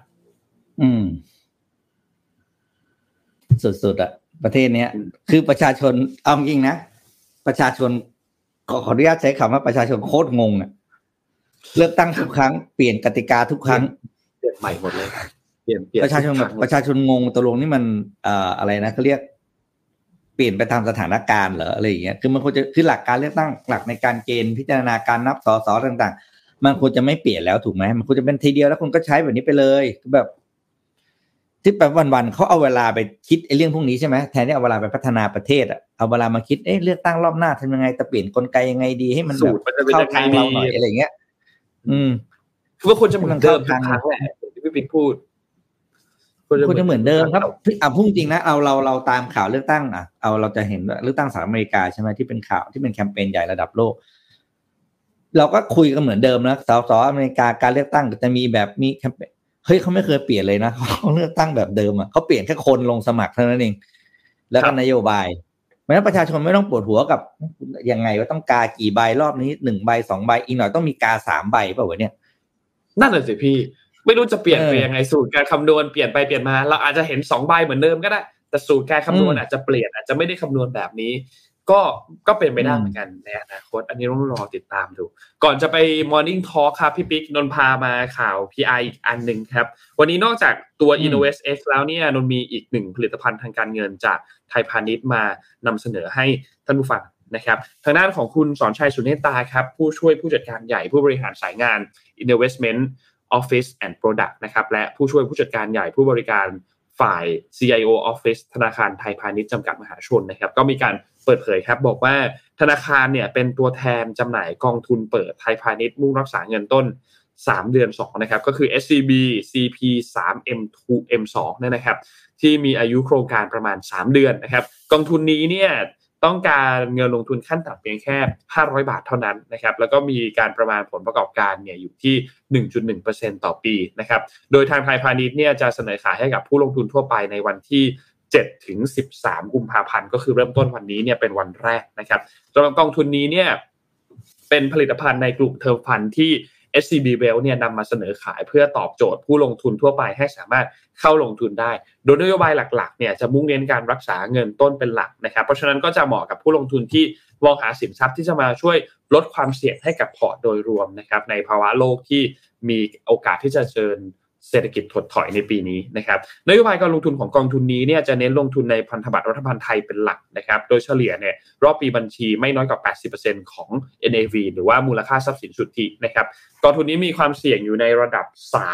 สุดๆอ่ะประเทศเนี้ยคือประชาชนเอาจริงนะประชาชนขออนุญาตใช้คำว่าประชาชนโคตรงงอ่ะเลือกตั้งทุกครั้งเปลี่ยนกติกาทุกครั้งเปลี่ยนใหม่หมดเลยเปลี่ยนประชาชนแบบประชาชนงงตกลงนี่มันอะไรนะเขาเรียกเปลี่ยนไปตามสถานการณ์เหรออะไรอย่างเงี้ยคือมันควรจะคือหลักการเลือกตั้งหลักในการเกณฑ์พิจารณาการนับสสต่างๆมันควรจะไม่เปลี่ยนแล้วถูกไหมมันควรจะเป็นทีเดียวแล้วคุณก็ใช้แบบนี้ไปเลยแบบที่แบบวันๆเขาเอาเวลาไปคิดไอ้เรื่องพวกนี้ใช่ไหมแทนที่เอาเวลาไปพัฒนาประเทศอ่ะเอาเวลามาคิดเลือกตั้งรอบหน้าทำยังไงจะเปลี่ยนกลไกยังไงดีให้มันแบบเข้าทางเราหน่อยอะไรเงี้ยคือว่าควรจะเหมือนเดิมทุกครั้งแหละที่พี่ปิ๊กพูดควรจะเหมือนเดิมครับพูดจริงนะเราตามข่าวเลือกตั้งเราจะเห็นเลือกตั้งสหรัฐอเมริกาใช่ไหมที่เป็นข่าวที่เป็นแคมเปญใหญ่ระดับโลกเราก็คุยกันเหมือนเดิมนะสหรัฐอเมริกาการเลือกตั้งจะมีแบบมีแคมเปญเฮ้ยเขาไม่เคยเปลี่ยนเลยนะเขาเลือกตั้งแบบเดิมเขาเปลี่ยนแค่คนลงสมัครเท่านั้นเองแล้วก็นโยบายเพราะฉะนั้นประชาชนไม่ต้องปวดหัวกับยังไงว่าต้องกากี่ใบรอบนี้1ใบ2ใบอีกหน่อยต้องมีกา3ใบเปล่าวะเนี่ยนั่นแหละสิพี่ไม่รู้จะเปลี่ยนไปยังไงสูตรการคำนวณเปลี่ยนไปเปลี่ยนมาเราอาจจะเห็น2ใบเหมือนเดิมก็ได้แต่สูตรการคำนวณอาจจะเปลี่ยนอาจจะไม่ได้คำนวณแบบนี้ก็เป็นไปได้เหมือนกันในอนาคตอันนี้ต้องรอติดตามดูก่อนจะไป Morning Talk ครับพี่ปิ๊กนนพามาข่าว PI อีกอันนึงครับวันนี้นอกจากตัว InnovestX แล้วเนี่ยนนมีอีก1ผลิตภัณฑ์ทางการเงินจากไทยพาณิชย์มานำเสนอให้ท่านผู้ฟังนะครับทางด้านของคุณสอนชัยสุเนตาครับผู้ช่วยผู้จัดการใหญ่ผู้บริหารสายงาน Investment Office and Product นะครับและผู้ช่วยผู้จัดการใหญ่ผู้บริการฝ่าย CIO Office ธนาคารไทยพาณิชย์จำกัดมหาชนนะครับก็มีการเปิดเผยครับบอกว่าธนาคารเนี่ยเป็นตัวแทนจำหน่ายกองทุนเปิดไทยพาณิชย์มุ่งรักษาเงินต้น3เดือน2นะครับก็คือ SCB CP 3 M2 M2 เนี่ยนะครับที่มีอายุโครงการประมาณ3เดือนนะครับกองทุนนี้เนี่ยต้องการเงินลงทุนขั้นต่ำเพียงแค่500บาทเท่านั้นนะครับแล้วก็มีการประมาณผลประกอบการเนี่ยอยู่ที่ 1.1% ต่อปีนะครับโดยทางไทยพาณิชย์เนี่ยจะเสนอขายให้กับผู้ลงทุนทั่วไปในวันที่7ถึง13กุมภาพันธ์ก็คือเริ่มต้นวันนี้เนี่ยเป็นวันแรกนะครับสำหรับกองทุนนี้เนี่ยเป็นผลิตภัณฑ์ในกลุ่มเทอร์ฟันที่ SCB Wealth เนี่ยนำมาเสนอขายเพื่อตอบโจทย์ผู้ลงทุนทั่วไปให้สามารถเข้าลงทุนได้โดยนโยบายหลักๆเนี่ยจะมุ่งเน้นการรักษาเงินต้นเป็นหลักนะครับเพราะฉะนั้นก็จะเหมาะกับผู้ลงทุนที่มองหาสินทรัพย์ที่จะมาช่วยลดความเสี่ยงให้กับพอร์ตโดยรวมนะครับในภาวะโลกที่มีโอกาสที่จะเจอเศรษฐกิจถดถอยในปีนี้นะครับนโยบายการลงทุนของกองทุนนี้เนี่ยจะเน้นลงทุนในพันธบัตรรัฐบาลไทยเป็นหลักนะครับโดยเฉลี่ยเนี่ยรอบปีบัญชีไม่น้อยกว่า 80% ของ NAV หรือว่ามูลค่าทรัพย์สินสุทธินะครับกองทุนนี้มีความเสี่ยงอยู่ในระดับ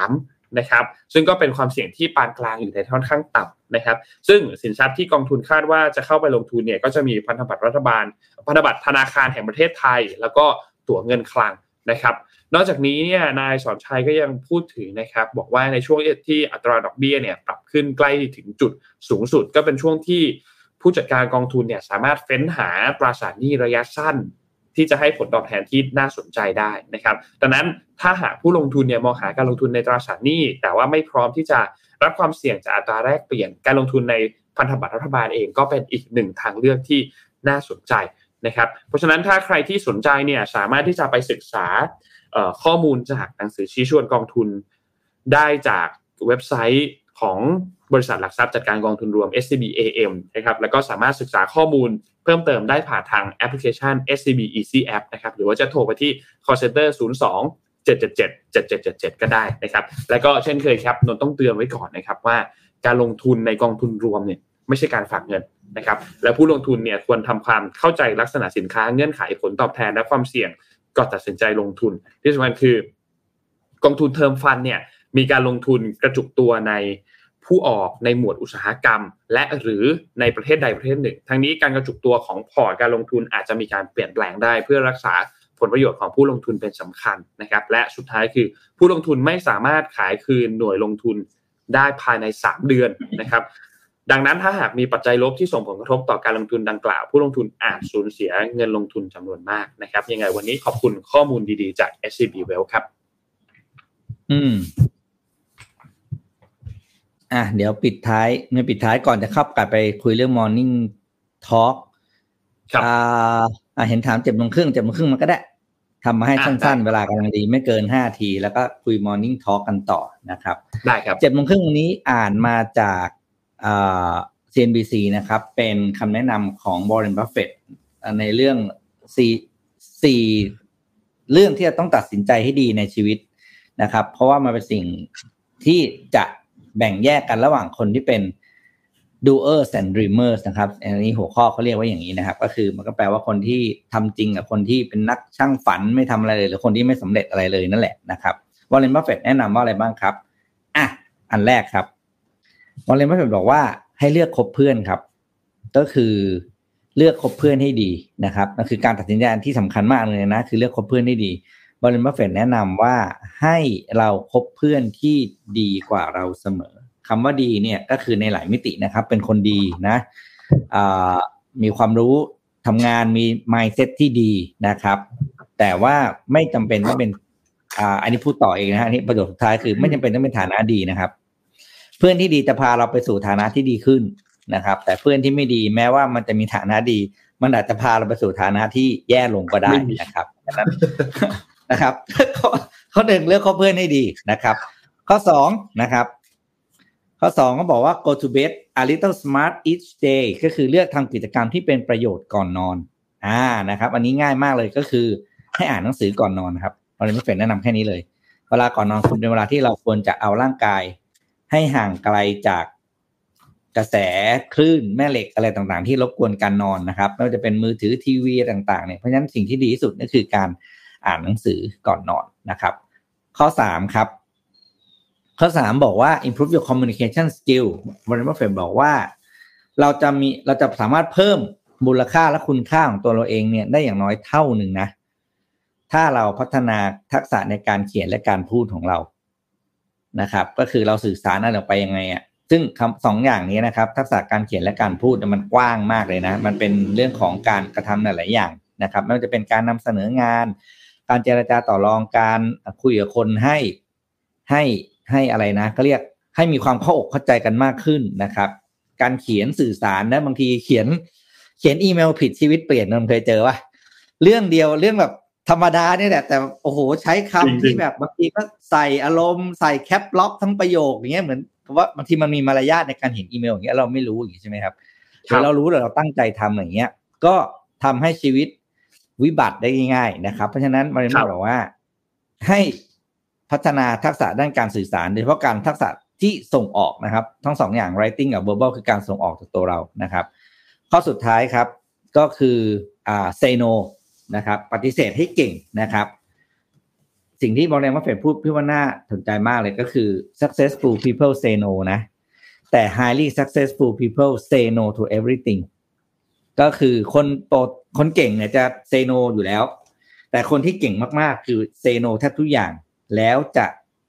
3นะครับซึ่งก็เป็นความเสี่ยงที่ปานกลางอยู่ในค่อนข้างต่ำนะครับซึ่งสินทรัพย์ที่กองทุนคาดว่าจะเข้าไปลงทุนเนี่ยก็จะมีพันธบัตรรัฐบาลพันธบัตรธนาคารแห่งประเทศไทยแล้วก็ตั๋วเงินคลังนะครับนอกจากนี้เนี่ยนายสอนชัยก็ยังพูดถึงนะครับบอกว่าในช่วงที่อัตราดอกเบี้ยเนี่ยปรับขึ้นใกล้ถึงจุดสูงสุดก็เป็นช่วงที่ผู้จัดการกองทุนเนี่ยสามารถเฟ้นหาตราสารหนี้ระยะสั้นที่จะให้ผลตอบแทนที่น่าสนใจได้นะครับดังนั้นถ้าหากผู้ลงทุนเนี่ยมองหาการลงทุนในตราสารหนี้แต่ว่าไม่พร้อมที่จะรับความเสี่ยงจากอัตราแลกเปลี่ยนการลงทุนในพันธบัตรรัฐบาลเองก็เป็นอีกหนึ่งทางเลือกที่น่าสนใจนะครับเพราะฉะนั้นถ้าใครที่สนใจเนี่ยสามารถที่จะไปศึกษาข้อมูลจากหนังสือชี้ชวนกองทุนได้จากเว็บไซต์ของบริษัทหลักทรัพย์จัดการกองทุนรวม SCB AM นะครับแล้วก็สามารถศึกษาข้อมูลเพิ่มเติมได้ผ่านทางแอปพลิเคชัน SCB Easy App นะครับหรือว่าจะโทรไปที่ call center 02-777-7777 ก็ได้นะครับแล้วก็เช่นเคยครับนนท์ต้องเตือนไว้ก่อนนะครับว่าการลงทุนในกองทุนรวมเนี่ยไม่ใช่การฝากเงินนะครับและผู้ลงทุนเนี่ยควรทำความเข้าใจลักษณะสินค้าเงื่อนไขผลตอบแทนและความเสี่ยงก่อนตัดสินใจลงทุนที่สำคัญคือกองทุนเทอมฟันเนี่ยมีการลงทุนกระจุกตัวในผู้ออกในหมวดอุตสาหกรรมและหรือในประเทศใดประเทศหนึ่งทั้งนี้การกระจุกตัวของพอร์ตการลงทุนอาจจะมีการเปลี่ยนแปลงได้เพื่อรักษาผลประโยชน์ของผู้ลงทุนเป็นสำคัญนะครับและสุดท้ายคือผู้ลงทุนไม่สามารถขายคืนหน่วยลงทุนได้ภายใน3เดือนนะครับดังนั้นถ้าหากมีปัจจัยลบที่ส่งผลกระทบต่อการลงทุนดังกล่าวผู้ลงทุนอาจสูญเสียเงินลงทุนจำนวนมากนะครับยังไงวันนี้ขอบคุณข้อมูลดีๆจาก SCB Wealth ครับเดี๋ยวปิดท้ายก่อนจะเข้ากลับไปคุยเรื่อง Morning Talk ครับเห็นถาม 7:30 7:30มันก็ได้ทำมาให้สั้นๆเวลากำลังดีไม่เกิน5นาทีแล้วก็คุย Morning Talk กันต่อนะครับได้ครับ 7:30 วันนี้อ่านมาจากCNBC นะครับเป็นคำแนะนำของ Warren Buffett ในเรื่อง4เรื่องที่จะต้องตัดสินใจให้ดีในชีวิตนะครับเพราะว่ามันเป็นสิ่งที่จะแบ่งแยกกันระหว่างคนที่เป็น doers and dreamers นะครับอันนี้หัวข้อเขาเรียกว่าอย่างนี้นะครับก็คือมันก็แปลว่าคนที่ทำจริงกับคนที่เป็นนักช่างฝันไม่ทำอะไรเลยหรือคนที่ไม่สำเร็จอะไรเลยนั่นแหละนะครับ Warren Buffett แนะนำว่าอะไรบ้างครับอันแรกครับ Warren Buffett บอกว่าให้เลือกคบเพื่อนครับก็คือเลือกคบเพื่อนให้ดีนะครับนั่นคือการตัดสินใจที่สำคัญมากเลยนะคือเลือกคบเพื่อนให้ดีWarren Buffett แนะนำว่าให้เราคบเพื่อนที่ดีกว่าเราเสมอคำว่าดีเนี่ยก็คือในหลายมิตินะครับเป็นคนดีนะมีความรู้ทำงานมี mindset ที่ดีนะครับแต่ว่าไม่จำเป็นต้องเป็นอันนี้พูดต่อเองนะฮะนี่ประโยคสุดท้ายคือไม่จำเป็นต้องเป็นฐานะดีนะครับเพื่อนที่ดีจะพาเราไปสู่ฐานะที่ดีขึ้นนะครับแต่เพื่อนที่ไม่ดีแม้ว่ามันจะมีฐานะดีมันอาจจะพาเราไปสู่ฐานะที่แย่ลงก็ได้นะครับดังนั้นนะครับข้อ1เลือกคบเพื่อนให้ดีนะครับข้อ2นะครับข้อ2ก็บอกว่า go to bed a little smart each day ก็คือเลือกทำกิจกรรมที่เป็นประโยชน์ก่อนนอนนะครับอันนี้ง่ายมากเลยก็คือให้อ่านหนังสือก่อนนอนครับWarren Buffettแนะนำแค่นี้เลยเวลาก่อนนอนคุณเป็นเวลาที่เราควรจะเอาร่างกายให้ห่างไกลจากกระแสคลื่นแม่เหล็กอะไรต่างๆที่รบกวนการนอนนะครับไม่ว่าจะเป็นมือถือทีวีต่างๆเนี่ยเพราะฉะนั้นสิ่งที่ดีที่สุดก็คือการอ่านหนังสือก่อนนอนนะครับข้อ3ครับข้อ3บอกว่า improve your communication skill Warren Buffett บอกว่าเราจะสามารถเพิ่มมูลค่าและคุณค่าของตัวเราเองเนี่ยได้อย่างน้อยเท่านึงนะถ้าเราพัฒนาทักษะในการเขียนและการพูดของเรานะครับก็คือเราสื่อสารอะไรออกไปยังไงซึ่งสองอย่างนี้นะครับทักษะการเขียนและการพูดมันกว้างมากเลยนะมันเป็นเรื่องของการกระทำหลายๆอย่างนะครับไม่ว่าจะเป็นการนำเสนองานการเจรจาต่อรองการคุยกับคนให้อะไรนะเขาเรียกให้มีความเข้าอกเข้าใจกันมากขึ้นนะครับการเขียนสื่อสารนะบางทีเขียนอีเมลผิดชีวิตเปลี่ยนเคยเจอป่ะเรื่องเดียวเรื่องแบบธรรมดาเนี่ยแหละแต่โอ้โหใช้คำที่แบบบางทีก็ใส่อารมณ์ใส่แคปล็อกทั้งประโยคอย่างเงี้ยเหมือนว่าบางทีมันมีมารยาทในการเห็นอีเมลอย่างเงี้ยเราไม่รู้อย่างงี้ใช่ไหมครับเรารู้แต่เราตั้งใจทำอย่างเงี้ยก็ทำให้ชีวิตวิบัติได้ง่ายๆนะครับเพราะฉะนั้นมาเรียนบอกว่าให้พัฒนาทักษะด้านการสื่อสารโดยเฉพาะการทักษะที่ส่งออกนะครับทั้ง2อย่าง writing กับ verbal คือการส่งออกจากตัวเรานะครับข้อสุดท้ายครับก็คือsay no นะครับปฏิเสธให้เก่งนะครับสิ่งที่Warren Buffettพูดพี่ว่าน่าสนใจมากเลยก็คือ successful people say no นะแต่ highly successful people say no to everything ก็คือคนเก่งเนี่ยจะ say no อยู่แล้วแต่คนที่เก่งมากๆคือ say no แทบทุกอย่างแล้วจะ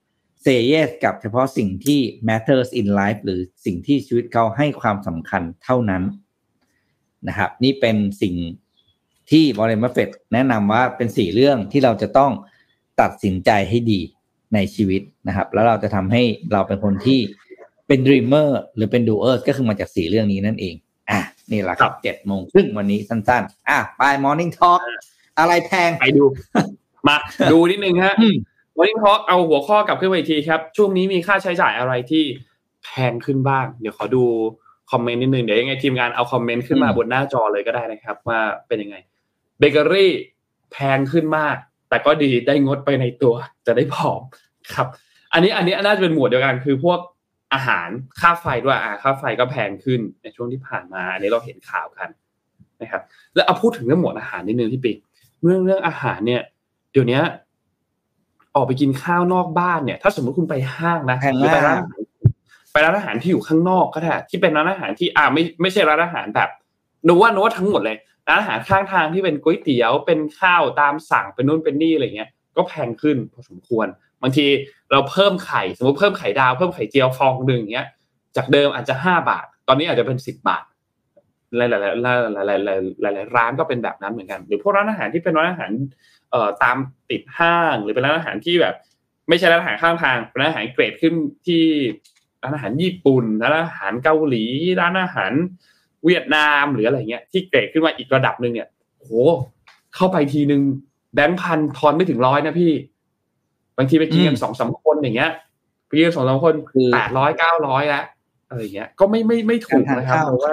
say yes กับเฉพาะสิ่งที่ matters in life หรือสิ่งที่ชีวิตเขาให้ความสำคัญเท่านั้นนะครับนี่เป็นสิ่งที่Warren Buffettแนะนำว่าเป็น4เรื่องที่เราจะต้องตัดสินใจให้ดีในชีวิตนะครับแล้วเราจะทำให้เราเป็นคนที่เป็น dreamer หรือเป็น doer ก็คือมาจาก4เรื่องนี้นั่นเองนี่แหละครับ 7:30 วันนี้สั้นๆไป Morning Talk อะไรแพงไปดูมาดูนิดนึงฮะMorning Talk เอาหัวข้อกลับขึ้นมาอีกทีครับช่วงนี้มีค่าใช้จ่ายอะไรที่แพงขึ้นบ้างเดี๋ยวขอดูคอมเมนต์นิดนึงเดี๋ยวยังไงทีมงานเอาคอมเมนต์ขึ้นมาบนหน้าจอเลยก็ได้นะครับว่าเป็นยังไงเบเกอรี่แพงขึ้นมากแต่ก็ดีได้งดไปในตัวจะได้ผอมครับอันนี้น่าจะเป็นหมวดเดียวกันคือพวกอาหารค่าไฟด้วยค่าไฟก็แพงขึ้นในช่วงที่ผ่านมาอันนี้เราเห็นข่าวกันนะครับแล้วเอาพูดถึงเรื่องหมวดอาหารนิดนึงที่ปิ๊กเรื่องอาหารเนี่ยเดี๋ยวนี้ออกไปกินข้าวนอกบ้านเนี่ยถ้าสมมติคุณไปห้างนะหรือไปร้านอาหารที่อยู่ข้างนอกก็ได้ที่เป็นร้านอาหารที่ไม่ใช่ร้านอาหารแบบนึกว่าทั้งหมดเลยร้านอาหารข้างทางที่เป็นก๋วยเตี๋ยวเป็นข้าวตามสั่งเป็นนู่นเป็นนี่อะไรเงี้ยก็แพงขึ้นพอสมควรบางทีเราเพิ่มไข่สมมติเพิ่มไข่ดาวเพิ่มไข่เจียวฟองนึงอย่างเงี้ยจากเดิมอาจจะ5 บาทตอนนี้อาจจะเป็น10 บาทหลายร้านก็เป็นแบบนั้นเหมือนกันหรือพวกร้านอาหารที่เป็นร้านอาหารตามติดห้างหรือเป็นร้านอาหารที่แบบไม่ใช่ร้านอาหารข้างทางเป็นร้านอาหารเกรดขึ้นที่ร้านอาหารญี่ปุ่นร้านอาหารเกาหลีร้านอาหารเวียดนามหรืออะไรเงี้ยที่เกรดขึ้นมาอีกระดับนึงเนี่ยโหเข้าไปทีนึงแบงค์พันทอนไม่ถึง100นะพี่บางทีไปกินกัน 2-3 คนอย่างเงี้ยไปกิน 2-3 คน800 900แล้วอะไรเงี้ยก็ไม่ถูกนะครับเพราะว่า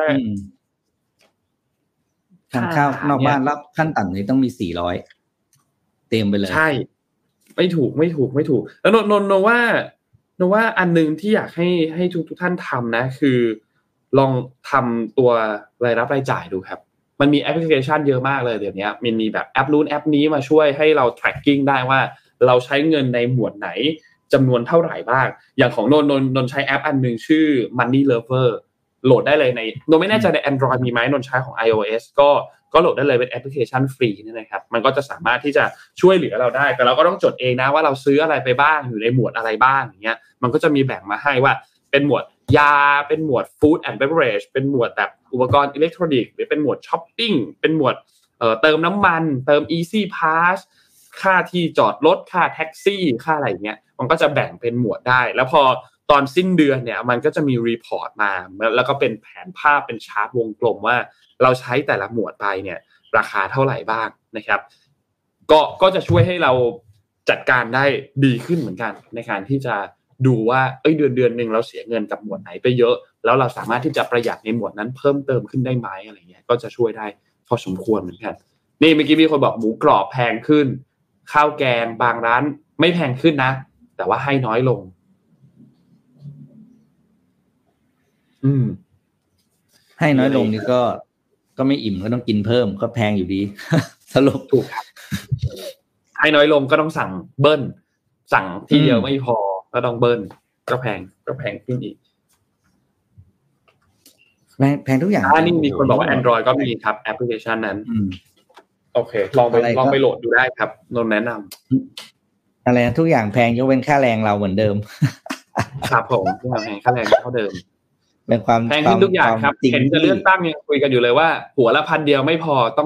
ทานข้าวนอกบ้านรับขั้นต่ำนี่ต้องมี400เต็มไปเลยใช่ไม่ถูกแล้วนนว่าอันนึงที่อยากให้ทุกท่านทำนะคือลองทำตัวรายรับรายจ่ายดูครับมันมีแอปพลิเคชันเยอะมากเลยเดี๋ยวนี้มันมีแบบแอปนู้นแอปนี้มาช่วยให้เรา tracking ได้ว่าเราใช้เงินในหมวดไหนจำนวนเท่าไหร่บ้างอย่างของนนใช้แอปอันนึงชื่อ Money Lover โหลดได้เลยในนนไม่แน่ใจใน Android มีไหมนนใช้ของ iOS ก็โหลดได้เลยเป็นแอปพลิเคชันฟรีนี่นะครับมันก็จะสามารถที่จะช่วยเหลือเราได้แต่เราก็ต้องจดเองนะว่าเราซื้ออะไรไปบ้างอยู่ในหมวดอะไรบ้างอย่างเงี้ยมันก็จะมีแบ่งมาให้ว่าเป็นหมวดยาเป็นหมวด Food and Beverage เป็นหมวดแบบอุปกรณ์อิเล็กทรอนิกส์หรือเป็นหมวดช้อปปิ้งเป็นหมวดเติมน้ำมันเติม Easy Pass ค่าที่จอดรถค่าแท็กซี่ค่าอะไรอย่างเงี้ยมันก็จะแบ่งเป็นหมวดได้แล้วพอตอนสิ้นเดือนเนี่ยมันก็จะมีรีพอร์ตมาแล้วก็เป็นแผนภาพเป็นชาร์ตวงกลมว่าเราใช้แต่ละหมวดไปเนี่ยราคาเท่าไหร่บ้างนะครับก็จะช่วยให้เราจัดการได้ดีขึ้นเหมือนกันในการที่จะดูว่าเดือนนึงเราเสียเงินกับหมวดไหนไปเยอะแล้วเราสามารถที่จะประหยัดในหมวดนั้นเพิ่มเติมขึ้นได้ไหมอะไรเงี้ยก็จะช่วยได้พอสมควรเหมือนกันนี่เมื่อกี้มีคนบอกหมูกรอบแพงขึ้นข้าวแกงบางร้านไม่แพงขึ้นนะแต่ว่าให้น้อยลงให้น้อยลงนี่ก็ไม่อิ่มก็ต้องกินเพิ่มก็แพงอยู่ดีสรุปถูกครับให้น้อยลงก็ต้องสั่งเบิ้ลสั่งทีเดียวไม่พอก็ต้องเบิ้ลก็แพงขึ้นอีกแพงทุกอย่างนี่มีคนบอกว่า Android ก็มีครับแอปพลิเคชันนั้นโอเคลองไปโหลดดูได้ครับนนแนะนำอะไรทุกอย่างแพงยกเว้นค่าแรงเราเหมือนเดิมครับผมทุกอย่างแพงค่าแรงเท่าเดิมเป็นความแพงขึ้นทุกอย่างครับเห็นจะเลือกตั้งยังคุยกันอยู่เลยว่าหัวละ1,000ไม่พอต้อง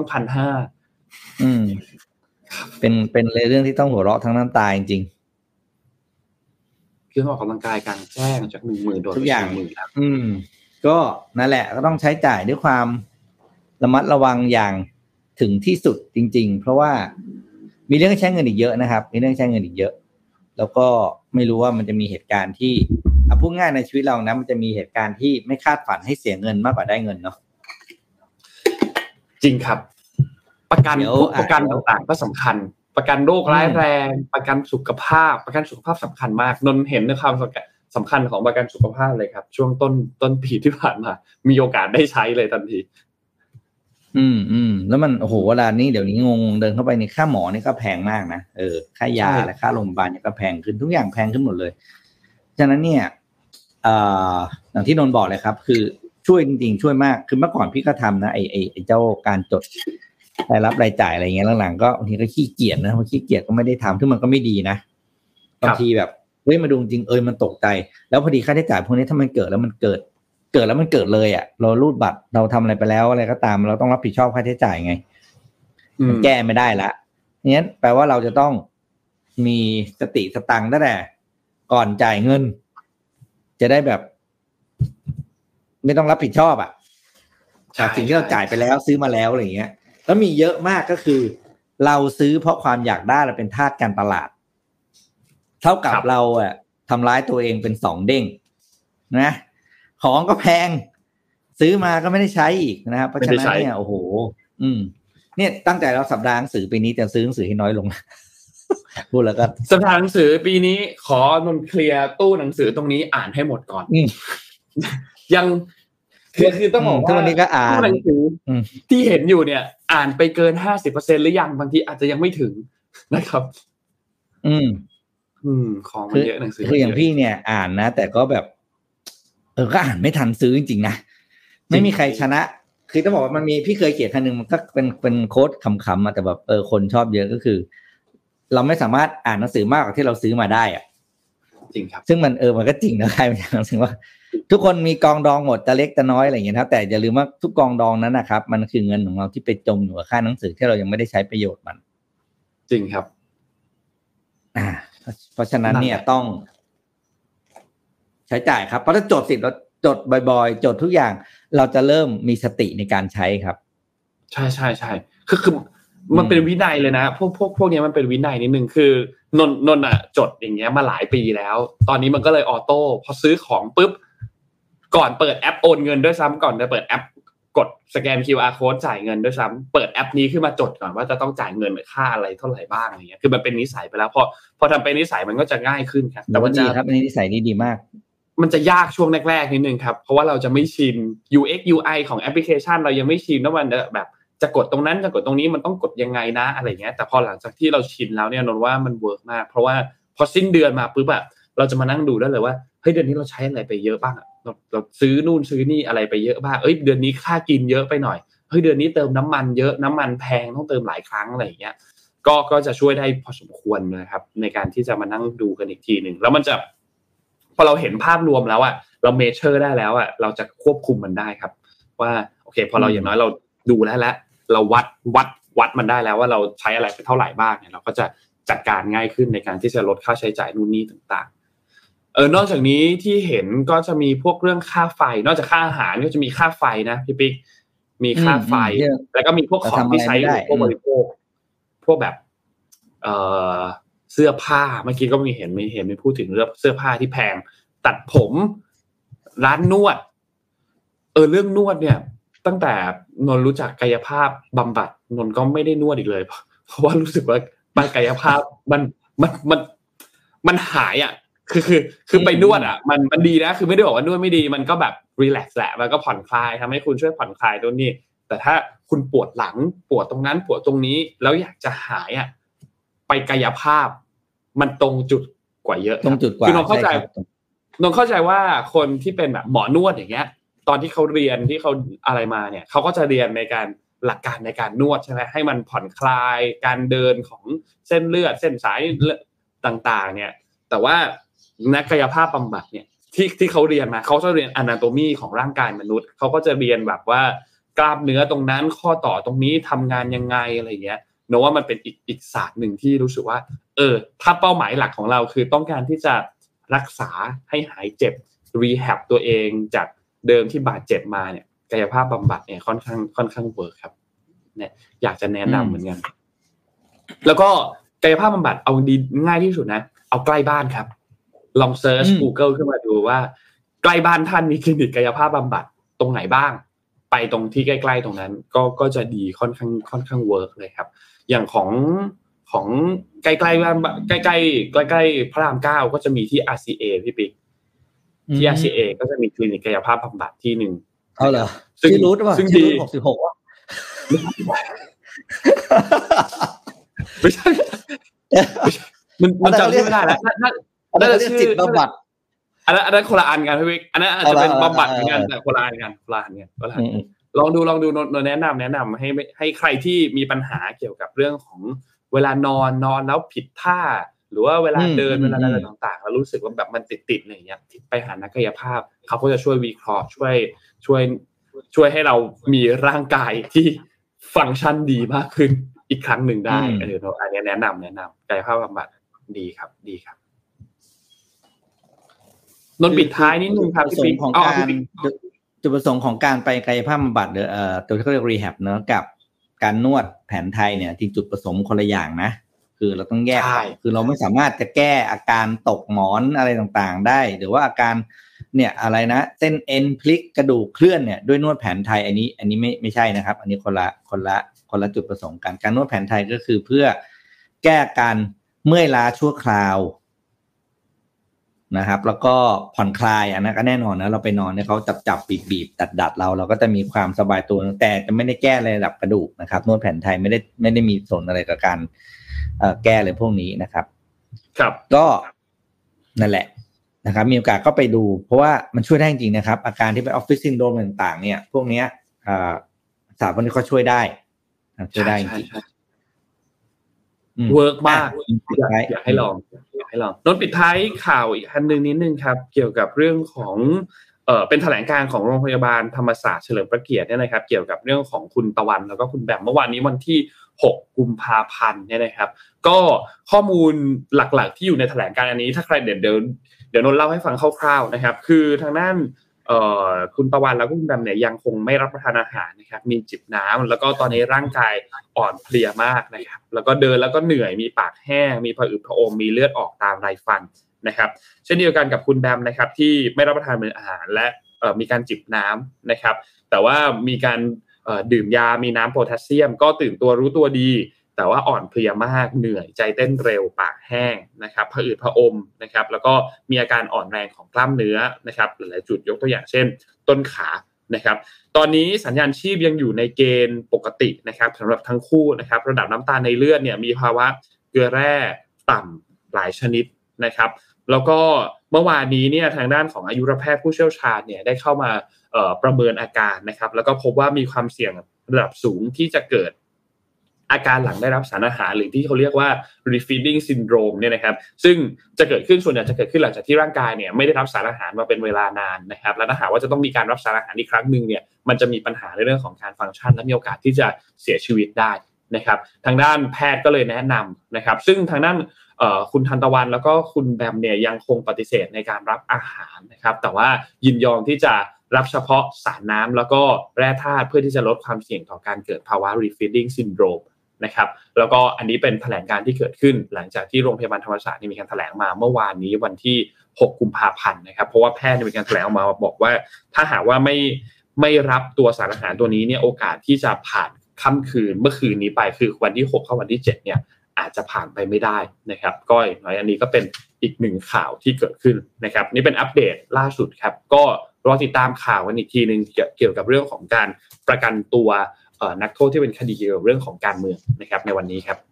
1,500 เป็นเรื่องที่ต้องหัวเราะทั้งน้ำตาจริงๆเครื่องออกกำลังกายกลางแจ้งจาก 10,000 โดนทุกอย่างก็นั่นแหละก็ต้องใช้จ่ายด้วยความระมัดระวังอย่างถึงที่สุดจริงๆเพราะว่ามีเรื่องใช้เงินอีกเยอะนะครับมีเรื่องใช้เงินอีกเยอะแล้วก็ไม่รู้ว่ามันจะมีเหตุการณ์ที่พูดง่ายในชีวิตเรานะมันจะมีเหตุการณ์ที่ไม่คาดฝันให้เสียเงินมากกว่าได้เงินเนาะจริงครับประกันต่างๆก็สำคัญประกันโรคร้ายแรงประกันสุขภาพสำคัญมากนนเห็นในความสำคัญของประกันสุขภาพเลยครับช่วงต้นปีที่ผ่านมามีโอกาสได้ใช้เลยทันทีแล้วมันโอ้โหเวลานี้เดี๋ยวนี้งงเดินเข้าไปในค่าหมอนี่ก็แพงมากนะค่ายาและค่าโรงพยาบาลนี่ก็แพงขึ้นทุกอย่างแพงขึ้นหมดเลยฉะนั้นเนี่ยอย่างที่นนท์บอกเลยครับคือช่วยจริงๆช่วยมากคือเมื่อก่อนพี่ก็ทำนะไอ้เจ้าการจดรายรับรายจ่ายอะไรเงี้ยหลังๆก็บางทีก็ขี้เกียจนะพอขี้เกียจก็ไม่ได้ทำซึ่งมันก็ไม่ดีนะบางทีแบบเฮ้ยมาดูจริงมันตกใจแล้วพอดีค่าใช้จ่ายพวกนี้ถ้ามันเกิดแล้วมันเกิดแล้วมันเกิดเลยอ่ะเรารูดบัตรเราทำอะไรไปแล้วอะไรก็ตามเราต้องรับผิดชอบค่าใช้จ่ายไงมันแก้ไม่ได้ละงั้นแปลว่าเราจะต้องมีสติสตังค์ตั้งแต่ก่อนจ่ายเงินจะได้แบบไม่ต้องรับผิดชอบอ่ะจากสิ่งที่เราจ่ายไปแล้วซื้อมาแล้วอะไรอย่างเงี้ยแล้วมีเยอะมากก็คือเราซื้อเพราะความอยากได้เราเป็นทาสการตลาดเท่ากับเราอ่ะทำร้ายตัวเองเป็น2เด้งนะของก็แพงซื้อมาก็ไม่ได้ใช้อีกนะครับเพราะฉะนั้นเนี่ยโอ้โหเนี่ยตั้งใจเราสัปดาห์หนังสือปีนี้จะซื้อหนังสือให้น้อยลงพูดแล้วก็สัปดาห์หนังสือปีนี้ขอนนเคลียร์ตู้หนังสือตรงนี้อ่านให้หมดก่อนยังคือต้องบอกว่าทุกวันนี้ก็อ่านตู้หนังสือที่เห็นอยู่เนี่ยอ่านไปเกิน 50% หรือยังบางทีอาจจะยังไม่ถึงนะครับของมันเยอะหนังสือคืออย่างพี่เนี่ยอ่านนะแต่ก็แบบก็อ่านไม่ทันซื้อจริงๆนะไม่มีใครชนะคือต้องบอกว่ามันมีพี่เคยเขียนครั้งนึงมันก็เป็นโค้ดขำๆมาแต่แบบคนชอบเยอะก็คือเราไม่สามารถอ่านหนังสือมากกว่าที่เราซื้อมาได้อ่ะจริงครับซึ่งมันมันก็จริงนะใครมันหนังสือว่าทุกคนมีกองดองหมดจะเล็กจะน้อยอะไรอย่างเงี้ยครับแต่อย่าลืมว่าทุกกองดองนั้นนะครับมันคือเงินของเราที่ไปจมอยู่กับค่าหนังสือที่เรายังไม่ได้ใช้ประโยชน์มันจริงครับเพราะฉะนั้นเนี่ยต้องใช้จ่ายครับเพราะถ้าจดสิเราจดบ่อยๆจดทุกอย่างเราจะเริ่มมีสติในการใช้ครับใช่ๆๆคือมันเป็นวินัยเลยนะพวกนี้มันเป็นวินัยนิดนึงคือนนอ่ะจดอย่างเงี้ยมาหลายปีแล้วตอนนี้มันก็เลยออโต้พอซื้อของปุ๊บก่อนเปิดแอปโอนเงินด้วยซ้ำก่อนจะเปิดแอปกดสแกน QR code จ่ายเงินด้วยซ้ำเปิดแอปนี้ขึ้นมาจดก่อนว่าจะต้องจ่ายเงินค่าอะไรเท่าไหร่บ้างอะไรเงี้ยคือมันเป็นนิสัยไปแล้วพอทำเป็นนิสัยมันก็จะง่ายขึ้นครับแต่ว่าดีครับนิสัยนี้ดีมากมันจะยากช่วงแรกๆนิดนึงครับเพราะว่าเราจะไม่ชิน UX UI ของแอปพลิเคชันเรายังไม่ชินว่ามันแบบจะกดตรงนั้นจะกดตรงนี้มันต้องกดยังไงนะอะไรเงี้ยแต่พอหลังจากที่เราชินแล้วเนี่ยนนว่ามันเวิร์กมากเพราะว่าพอสิ้นเดือนมาปุ๊บอะเราจะมานั่งดูได้เลยว่าเฮ้ยเดือนนี้เราใช้อะไรไปเยอะบ้างเราซื้อนู่นซื้อนี่อะไรไปเยอะบ้างเดือนนี้ค่ากินเยอะไปหน่อยเฮ้ยเดือนนี้เติมน้ำมันเยอะน้ำมันแพงต้องเติมหลายครั้งอะไรอย่างเงี้ยก็จะช่วยได้พอสมควรนะครับในการที่จะมานั่งดูกันอีกทีนึงแล้วมันจะพอเราเห็นภาพรวมแล้วอะเราเมเจอร์ได้แล้วอะเราจะควบคุมมันได้ครับว่าโอเคพอเราอย่างน้อยเราดูแล้วเราวัดมันได้แล้วว่าเราใช้อะไรไปเท่าไหร่บ้างเนี่ยเราก็จะจัดการง่ายขึ้นในการที่จะลดค่าใช้จ่ายนู่นนี่ต่างๆนอกจากนี้ที่เห็นก็จะมีพวกเรื่องค่าไฟนอกจากค่าอาหารก็จะมีค่าไฟนะพี่ปิ๊กมีค่าไฟแล้วก็มีพวกของที่ใช้พวกบริโภคพวกแบบเสื้อผ้าเมื่อกี้ก็มีเห็นมีพูดถึงเรื่องเสื้อผ้าที่แพงตัดผมร้านนวดเรื่องนวดเนี่ยตั้งแต่นนรู้จักกายภาพบำบัดนนก็ไม่ได้นวดอีกเลยเพราะว่ารู้สึกว่าการกายภาพมันหายอ่ะคือไปนวดอ่ะมันดีนะคือไม่ได้บอกว่านวดไม่ดีมันก็แบบรีแลกซ์แหละมันก็ผ่อนคลายทำให้คุณช่วยผ่อนคลายตรงนี้แต่ถ้าคุณปวดหลังปวดตรงนั้นปวดตรงนี้แล้วอยากจะหายอ่ะไปกายภาพมันตรงจุดกว่าเยอะตรงจุดกว่าคือนนเข้าใจว่าคนที่เป็นแบบหมอนวดอย่างเงี้ยตอนที่เขาเรียนที่เขาอะไรมาเนี่ยเขาก็จะเรียนในการหลักการในการนวดใช่ไหมให้มันผ่อนคลายการเดินของเส้นเลือดเส้นสายต่างๆเนี่ยแต่ว่านักกายภาพบำบัดเนี่ยที่เขาเรียนมาเขาจะเรียน anatomy ของร่างกายมนุษย์เขาก็จะเรียนแบบว่ากล้ามเนื้อตรงนั้นข้อต่อตรงนี้ทำงานยังไงอะไรเงี้ยเนอะว่ามันเป็นอีกศาสตร์หนึ่งที่รู้สึกว่าถ้าเป้าหมายหลักของเราคือต้องการที่จะรักษาให้หายเจ็บ rehab ตัวเองจากเดิมที่บาดเจ็บมาเนี่ยกายภาพบำบัดเนี่ยค่อนข้างเวิร์คครับเนี่ยอยากจะแนะนำเหมือนกันแล้วก็กายภาพบำบัดเอาดีง่ายที่สุดนะเอาใกล้บ้านครับลองเซิร์ช Google ขึ้นมาดูว่าใกล้บ้านท่านมีคลินิกกายภาพบำบัดตรงไหนบ้างไปตรงที่ใกล้ๆตรงนั้นก็จะดีค่อนข้างเวิร์คเลยครับอย่างของใกล้ๆบ้านใกล้พระราม9ก็จะมีที่ RCA พี่ปิ๊กที่ RCA ก็จะมีคลินิกกายภาพบำบัดที่นึงเหรอที่รูทป่ะที่รูท66ว่ะไม่ใช่มันจำชื่อไม่ได้แล้วน่าจะชื่อจิตบำบัดอันนั้นคนละอันกันพี่วิกอันนั้นอาจจะเป็นบำบัดเหมือนกันแต่คนละอันกันลองดูแนะนำให้ใครที่มีปัญหาเกี่ยวกับเรื่องของเวลานอนแล้วผิดท่าหรือว่าเวลาเดินเวลาอะไรต่างๆแล้วรู้สึกว่าแบบมันติดอะไรอย่างเงี้ยไปหานักกายภาพเขาก็จะช่วยวิเคราะห์ช่วยให้เรามีร่างกายที่ฟังก์ชันดีมากขึ้นอีกครั้งหนึ่งได้อันนี้แนะนำกายภาพบำบัดดีครับนนปิดท้ายนิดนึงครับจุดประสงค์ของการไปกายภาพบำบัดหรือตัวที่เขาเรียกรีแฮบเนอะกับการนวดแผนไทยเนี่ยจริงจุดประสงค์คนละอย่างนะคือเราต้องแยกคือเราไม่สามารถจะแก้อาการตกหมอนอะไรต่างๆได้หรือว่าอาการเนี่ยอะไรนะเส้นเอ็นพลิกกระดูกเคลื่อนเนี่ยด้วยนวดแผนไทยอันนี้ไม่ใช่นะครับอันนี้คนละจุดประสงค์กันการนวดแผนไทยก็คือเพื่อแก้การเมื่อยล้าชั่วคราวนะครับแล้วก็ผ่อนคลายอันนั้นก็แน่นอนนะเราไปนอนเนี่ยเขาจับบีบดัดเราก็จะมีความสบายตัวแต่จะไม่ได้แก้อะไรระดับกระดูกนะครับนวดแผนไทยไม่ได้มีส่วนอะไรกับการแก้เลยพวกนี้นะครับครับก็นั่นแหละนะครับมีโอกาสก็ไปดูเพราะว่ามันช่วยได้จริงๆนะครับอาการที่เป็นออฟฟิศซินโดรมต่างๆเนี่ยพวกเนี้ยศาสตร์พวกนี้ก็ช่วยได้จริงเวิร์กมากอยากให้ลองโน้ตปิดท้ายข่าวอีกอันนึงนิดนึงครับเกี่ยวกับเรื่องของเป็นแถลงการของโรงพยาบาลธรรมศาสตร์เฉลิมพระเกียรติเนี่ยนะครับเกี่ยวกับเรื่องของคุณตะวันแล้วก็คุณแบมเมื่อวานนี้วันที่6กุมภาพันธ์เนี่ยนะครับก็ข้อมูลหลักๆที่อยู่ในแถลงการอันนี้ถ้าใครเดี๋ยวนนท์เล่าให้ฟังคร่าวๆนะครับคือทางด้านคุณตะวันแล้วก็คุณแบมเนี่ยยังคงไม่รับประทานอาหารนะครับมีจิบน้ำแล้วก็ตอนนี้ร่างกายอ่อนเพลียมากนะครับแล้วก็เดินแล้วก็เหนื่อยมีปากแห้งมีผะอืดผะอมมีเลือดออกตามไรฟันนะครับเช่นเดียวกันกับคุณแบมนะครับที่ไม่รับประทานอาหารและมีการจิบน้ำนะครับแต่ว่ามีการดื่มยามีน้ำโพแทสเซียมก็ตื่นตัวรู้ตัวดีแต่ว่าอ่อนเพลียมากเหนื่อยใจเต้นเร็วปากแห้งนะครับผะอืดผะอมนะครับแล้วก็มีอาการอ่อนแรงของกล้ามเนื้อนะครับหลายๆจุดยกตัวอย่างเช่นต้นขานะครับตอนนี้สัญญาณชีพยังอยู่ในเกณฑ์ปกตินะครับสำหรับทั้งคู่นะครับระดับน้ำตาลในเลือดเนี่ยมีภาวะเกลือแร่ต่ำหลายชนิดนะครับแล้วก็เมื่อวานนี้เนี่ยทางด้านของอายุรแพทย์ผู้เชี่ยวชาญเนี่ยได้เข้ามาประเมินอาการนะครับแล้วก็พบว่ามีความเสี่ยงระดับสูงที่จะเกิดอาการหลังได้รับสารอาหารหรือที่เขาเรียกว่า refeeding syndrome เนี่ยนะครับซึ่งจะเกิดขึ้นส่วนใหญ่จะเกิดขึ้นหลังจากที่ร่างกายเนี่ยไม่ได้รับสารอาหารมาเป็นเวลานานนะครับและถ้าหากว่าจะต้องมีการรับสารอาหารอีกครั้งนึงเนี่ยมันจะมีปัญหาในเรื่องของการฟังก์ชันและมีโอกาสที่จะเสียชีวิตได้นะครับทางด้านแพทย์ก็เลยแนะนำนะครับซึ่งทางด้านคุณทันตะวันแล้วก็คุณแบมเนี่ยยังคงปฏิเสธในการรับอาหารนะครับแต่ว่ายินยอมที่จะรับเฉพาะสารน้ำแล้วก็แร่ธาตุเพื่อที่จะลดความเสี่ยงต่อการเกิดภาวะ refeeding syndromeนะครับแล้วก็อันนี้เป็นแถลงการที่เกิดขึ้นหลังจากที่โรงพยาบาลธรรมศาสตร์มีการแถลงมาเมื่อวานนี้วันที่6กุมภาพันธ์นะครับเพราะว่าแพทย์มีการแถลงออกมาบอกว่าถ้าหากว่าไม่รับตัวสารอาหารตัวนี้เนี่ยโอกาสที่จะผ่านค่ำคืนเมื่อคืนนี้ไปคือวันที่6เข้าวันที่7เนี่ยอาจจะผ่านไปไม่ได้นะครับก็อย่างน้อยอันนี้ก็เป็นอีกหนึ่งข่าวที่เกิดขึ้นนะครับนี่เป็นอัปเดตล่าสุดครับก็รอติดตามข่าวกันอีกทีนึงเกี่ยวกับเรื่องของการประกันตัวนักโทษที่เป็นคดีเกี่ยวกับเรื่องของการเมืองนะครับในวันนี้ครับ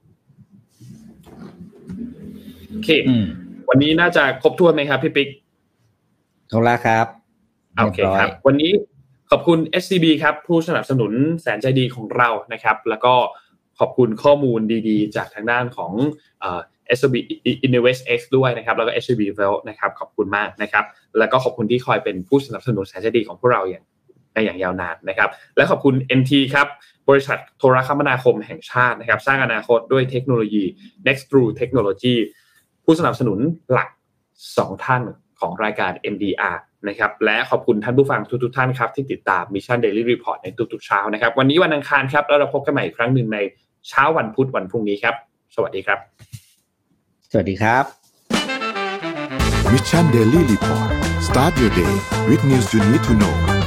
โอเควันนี้น่าจะครบถ้วนไหมครับพี่ปิ๊กขอบคุณครับโอเคครับวันนี้ขอบคุณ SCB ครับผู้สนับสนุนแสนใจดีของเรานะครับแล้วก็ขอบคุณข้อมูลดีๆจากทางด้านของSCB InvestX ด้วยนะครับแล้วก็ SCB Wealth นะครับขอบคุณมากนะครับแล้วก็ขอบคุณที่คอยเป็นผู้สนับสนุนแสนใจดีของพวกเราอย่างยาวนานนะครับและขอบคุณ NT ครับบริษัทโทรคมนาคมแห่งชาตินะครับสร้างอนาคตด้วยเทคโนโลยี Next True Technology ผู้สนับสนุนหลัก2ท่านของรายการ MDR นะครับและขอบคุณท่านผู้ฟังทุกๆท่านครับที่ติดตาม Mission Daily Report ในทุกๆเช้านะครับวันนี้วันอังคารครับแล้วเราพบกันใหม่อีกครั้งนึงในเช้าวันพุธวันพรุ่งนี้ครับสวัสดีครับสวัสดีครับ Mission Daily Report Start your day with news you need to know